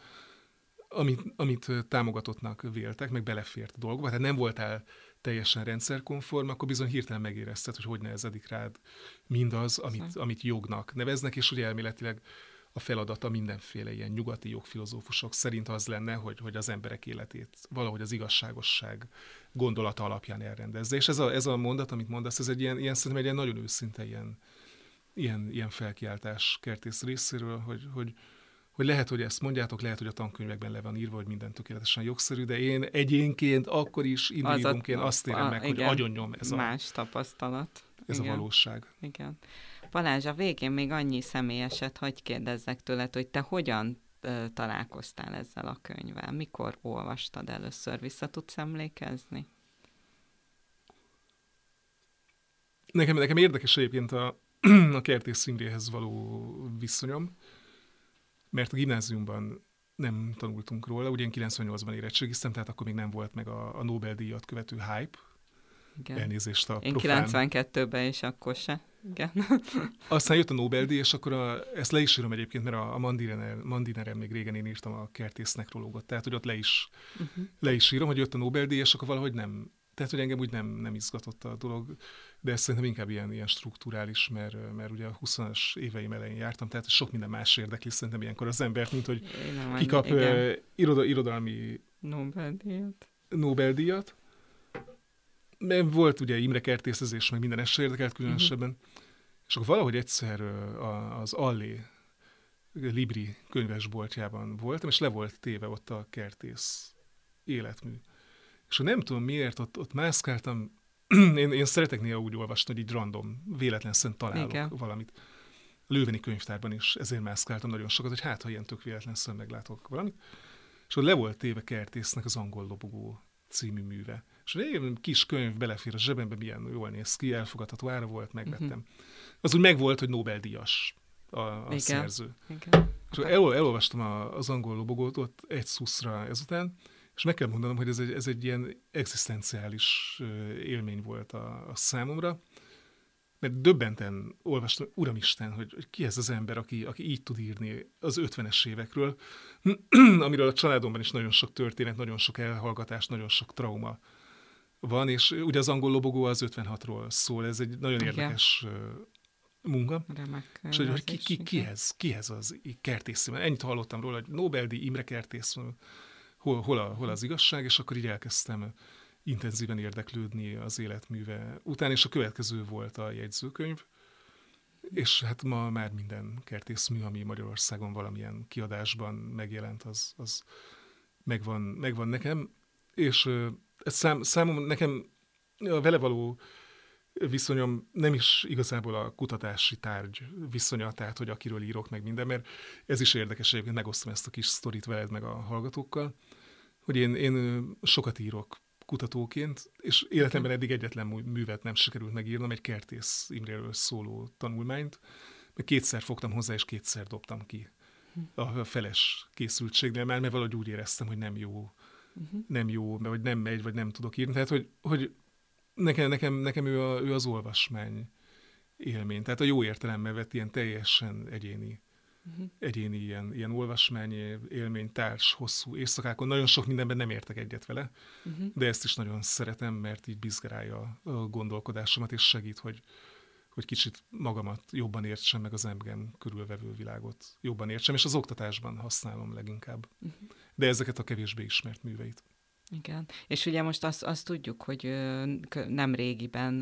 amit támogatottnak véltek, meg belefért a dolgokba, tehát nem voltál teljesen rendszerkonform, akkor bizony hirtelen megérezted, hogy nehezedik rád mindaz, amit jognak neveznek, és ugye elméletileg a feladata mindenféle ilyen nyugati jogfilozófusok szerint az lenne, hogy az emberek életét valahogy az igazságosság gondolata alapján elrendezze. És ez a mondat, amit mondasz, ez egy ilyen szerintem egy ilyen nagyon őszinte ilyen felkiáltás Kertész részéről, hogy lehet, hogy ezt mondjátok, lehet, hogy a tankönyvekben le van írva, hogy minden tökéletesen jogszerű, de én egyénként, akkor is individumként azt érem meg, hogy agyonnyom ez más tapasztalat. Ez igen. A valóság. Igen. Balázs, a végén még annyi személyeset, hogy kérdezzek tőled, hogy te hogyan találkoztál ezzel a könyvvel? Mikor olvastad először? Vissza tudsz emlékezni? Nekem érdekes egyébként a Kertész Imréhez való viszonyom, mert a gimnáziumban nem tanultunk róla, ugye én 98-ban érettségiztem, tehát akkor még nem volt meg a Nobel-díjat követő hype. Igen. Elnézést a profán. Én 92-ben is akkor se. Igen. Aztán jött a Nobel-díj, és akkor ezt le is írom egyébként, mert a Mandineren még régen én írtam a Kertész nekrológot, tehát hogy ott le is írom, hogy jött a Nobel-díj, és akkor valahogy nem, tehát hogy engem úgy nem izgatott a dolog, de ez szerintem inkább ilyen strukturális, mert ugye a 20-as éveim elején jártam, tehát sok minden más érdekli szerintem ilyenkor az embert, mint hogy kikap irodalmi Nobel-díjat. Mert volt ugye Imre kertészezés, meg minden se érdekelt különösebben, és akkor valahogy egyszer az Allé Libri könyvesboltjában voltam, és le volt téve ott a Kertész életmű. És nem tudom miért, ott mászkáltam, én szeretek néha úgy olvasni, hogy így random, véletlenszerűen találok valamit. A Lőveni könyvtárban is ezért mászkáltam nagyon sokat, hogy ha ilyen tök véletlenszerűen meglátok valamit. És ott le volt téve Kertésznek az Angol lobogó című műve. És egy kis könyv belefér a zsebembe, milyen jól néz ki, elfogadható ára volt, megvettem. Az úgy megvolt, hogy Nobel-díjas a szerző. Igen. És elolvastam az Angol lobogót ott egy szuszra ezután, és meg kell mondanom, hogy ez egy ilyen egzisztenciális élmény volt a számomra, mert döbbenten olvastam, Uramisten, hogy ki ez az ember, aki így tud írni az 50-es évekről, amiről a családomban is nagyon sok történet, nagyon sok elhallgatás, nagyon sok trauma van, és ugye az Angol lobogó az 56-ról szól, ez egy nagyon érdekes munka. És hogy ki ez az Kertész? Ennyit hallottam róla, hogy Nobel-díj, Imre Kertész, hol az igazság, és akkor így elkezdtem intenzíven érdeklődni az életműve után, és a következő volt a jegyzőkönyv, és hát ma már minden kertészmű, ami Magyarországon valamilyen kiadásban megjelent, az megvan nekem, és számomra nekem a vele való viszonyom nem is igazából a kutatási tárgy viszonya, tehát hogy akiről írok meg minden, mert ez is érdekes, egyébként megosztom ezt a kis sztorit veled meg a hallgatókkal, hogy én sokat írok kutatóként, és életemben eddig egyetlen művet nem sikerült megírnom, egy Kertész Imréről szóló tanulmányt, mert 2-szer fogtam hozzá, és 2-szer dobtam ki a feles készültségnél, mert valahogy úgy éreztem, hogy nem jó, vagy nem megy, vagy nem tudok írni. Tehát, hogy nekem ő az olvasmány élmény. Tehát a jó értelemben vett ilyen teljesen egyéni ilyen olvasmány élmény, társ, hosszú éjszakákon. Nagyon sok mindenben nem értek egyet vele, de ezt is nagyon szeretem, mert így bizgerálja a gondolkodásomat, és segít, hogy kicsit magamat jobban értsem, meg az engem körülvevő világot jobban értsem, és az oktatásban használom leginkább. De ezeket a kevésbé ismert műveit. Igen, és ugye most azt tudjuk, hogy nem régiben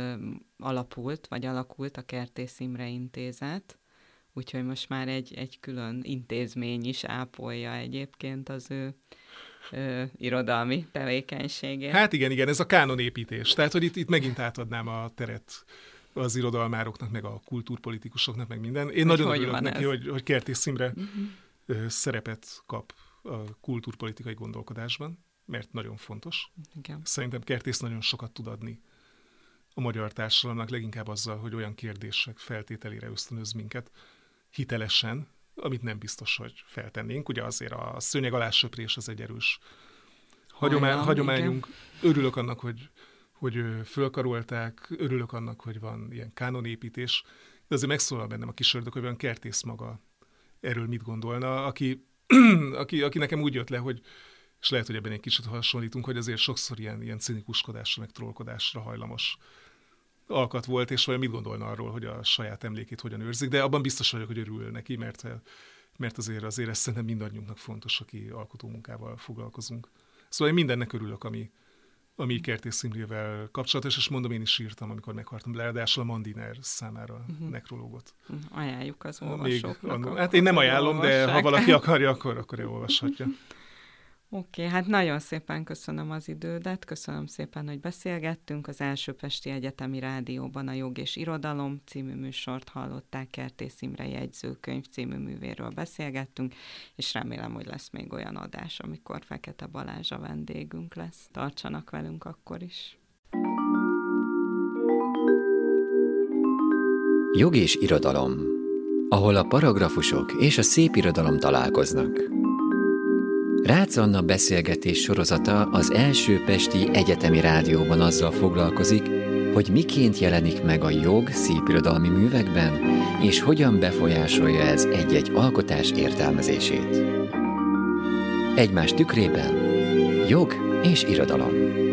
alakult a Kertész Imre Intézet, úgyhogy most már egy külön intézmény is ápolja egyébként az ő irodalmi tevékenységét. Hát igen, ez a kánonépítés. Tehát, hogy itt megint átadnám a teret az irodalmároknak, meg a kultúrpolitikusoknak, meg minden. Én nagyon örülök neki, hogy Kertész Imre szerepet kap a kultúrpolitikai gondolkodásban, mert nagyon fontos. Igen. Szerintem Kertész nagyon sokat tud adni a magyar társadalomnak, leginkább azzal, hogy olyan kérdések feltételére ösztönöz minket hitelesen, amit nem biztos, hogy feltennénk. Ugye azért a szőnyeg alá söprés az egy erős hagyományunk. Igen. Örülök annak, hogy fölkarolták, örülök annak, hogy van ilyen kánonépítés, de azért megszólal bennem a kis ördög, hogy olyan Kertész maga erről mit gondolna, aki nekem úgy jött le, hogy, és lehet, hogy ebben egy kicsit hasonlítunk, hogy azért sokszor ilyen cinikuskodásra, meg trollkodásra hajlamos alkat volt, és vajon mit gondolna arról, hogy a saját emlékét hogyan őrzik, de abban biztos vagyok, hogy örül neki, mert azért ez szerintem mindannyiunknak fontos, aki alkotómunkával foglalkozunk. Szóval én mindennek örülök, ami Kertész Imrével kapcsolatos, és mondom, én is írtam, amikor meghaltam, ráadásul a Mandiner számára nekrológot. Ajánljuk az olvasóknak. Hát én nem ajánlom, de ha valaki akarja, akkor elolvashatja. Oké, hát nagyon szépen köszönöm az idődet, köszönöm szépen, hogy beszélgettünk. Az Első Pesti Egyetemi Rádióban a Jog és Irodalom című műsort hallották, Kertész Imre jegyzőkönyv című művéről beszélgettünk, és remélem, hogy lesz még olyan adás, amikor Fekete Balázs a vendégünk lesz. Tartsanak velünk akkor is. Jog és irodalom, ahol a paragrafusok és a szépirodalom találkoznak. Rácz Anna beszélgetés sorozata az Első Pesti Egyetemi Rádióban azzal foglalkozik, hogy miként jelenik meg a jog szépirodalmi művekben, és hogyan befolyásolja ez egy-egy alkotás értelmezését. Egymás tükrében jog és irodalom.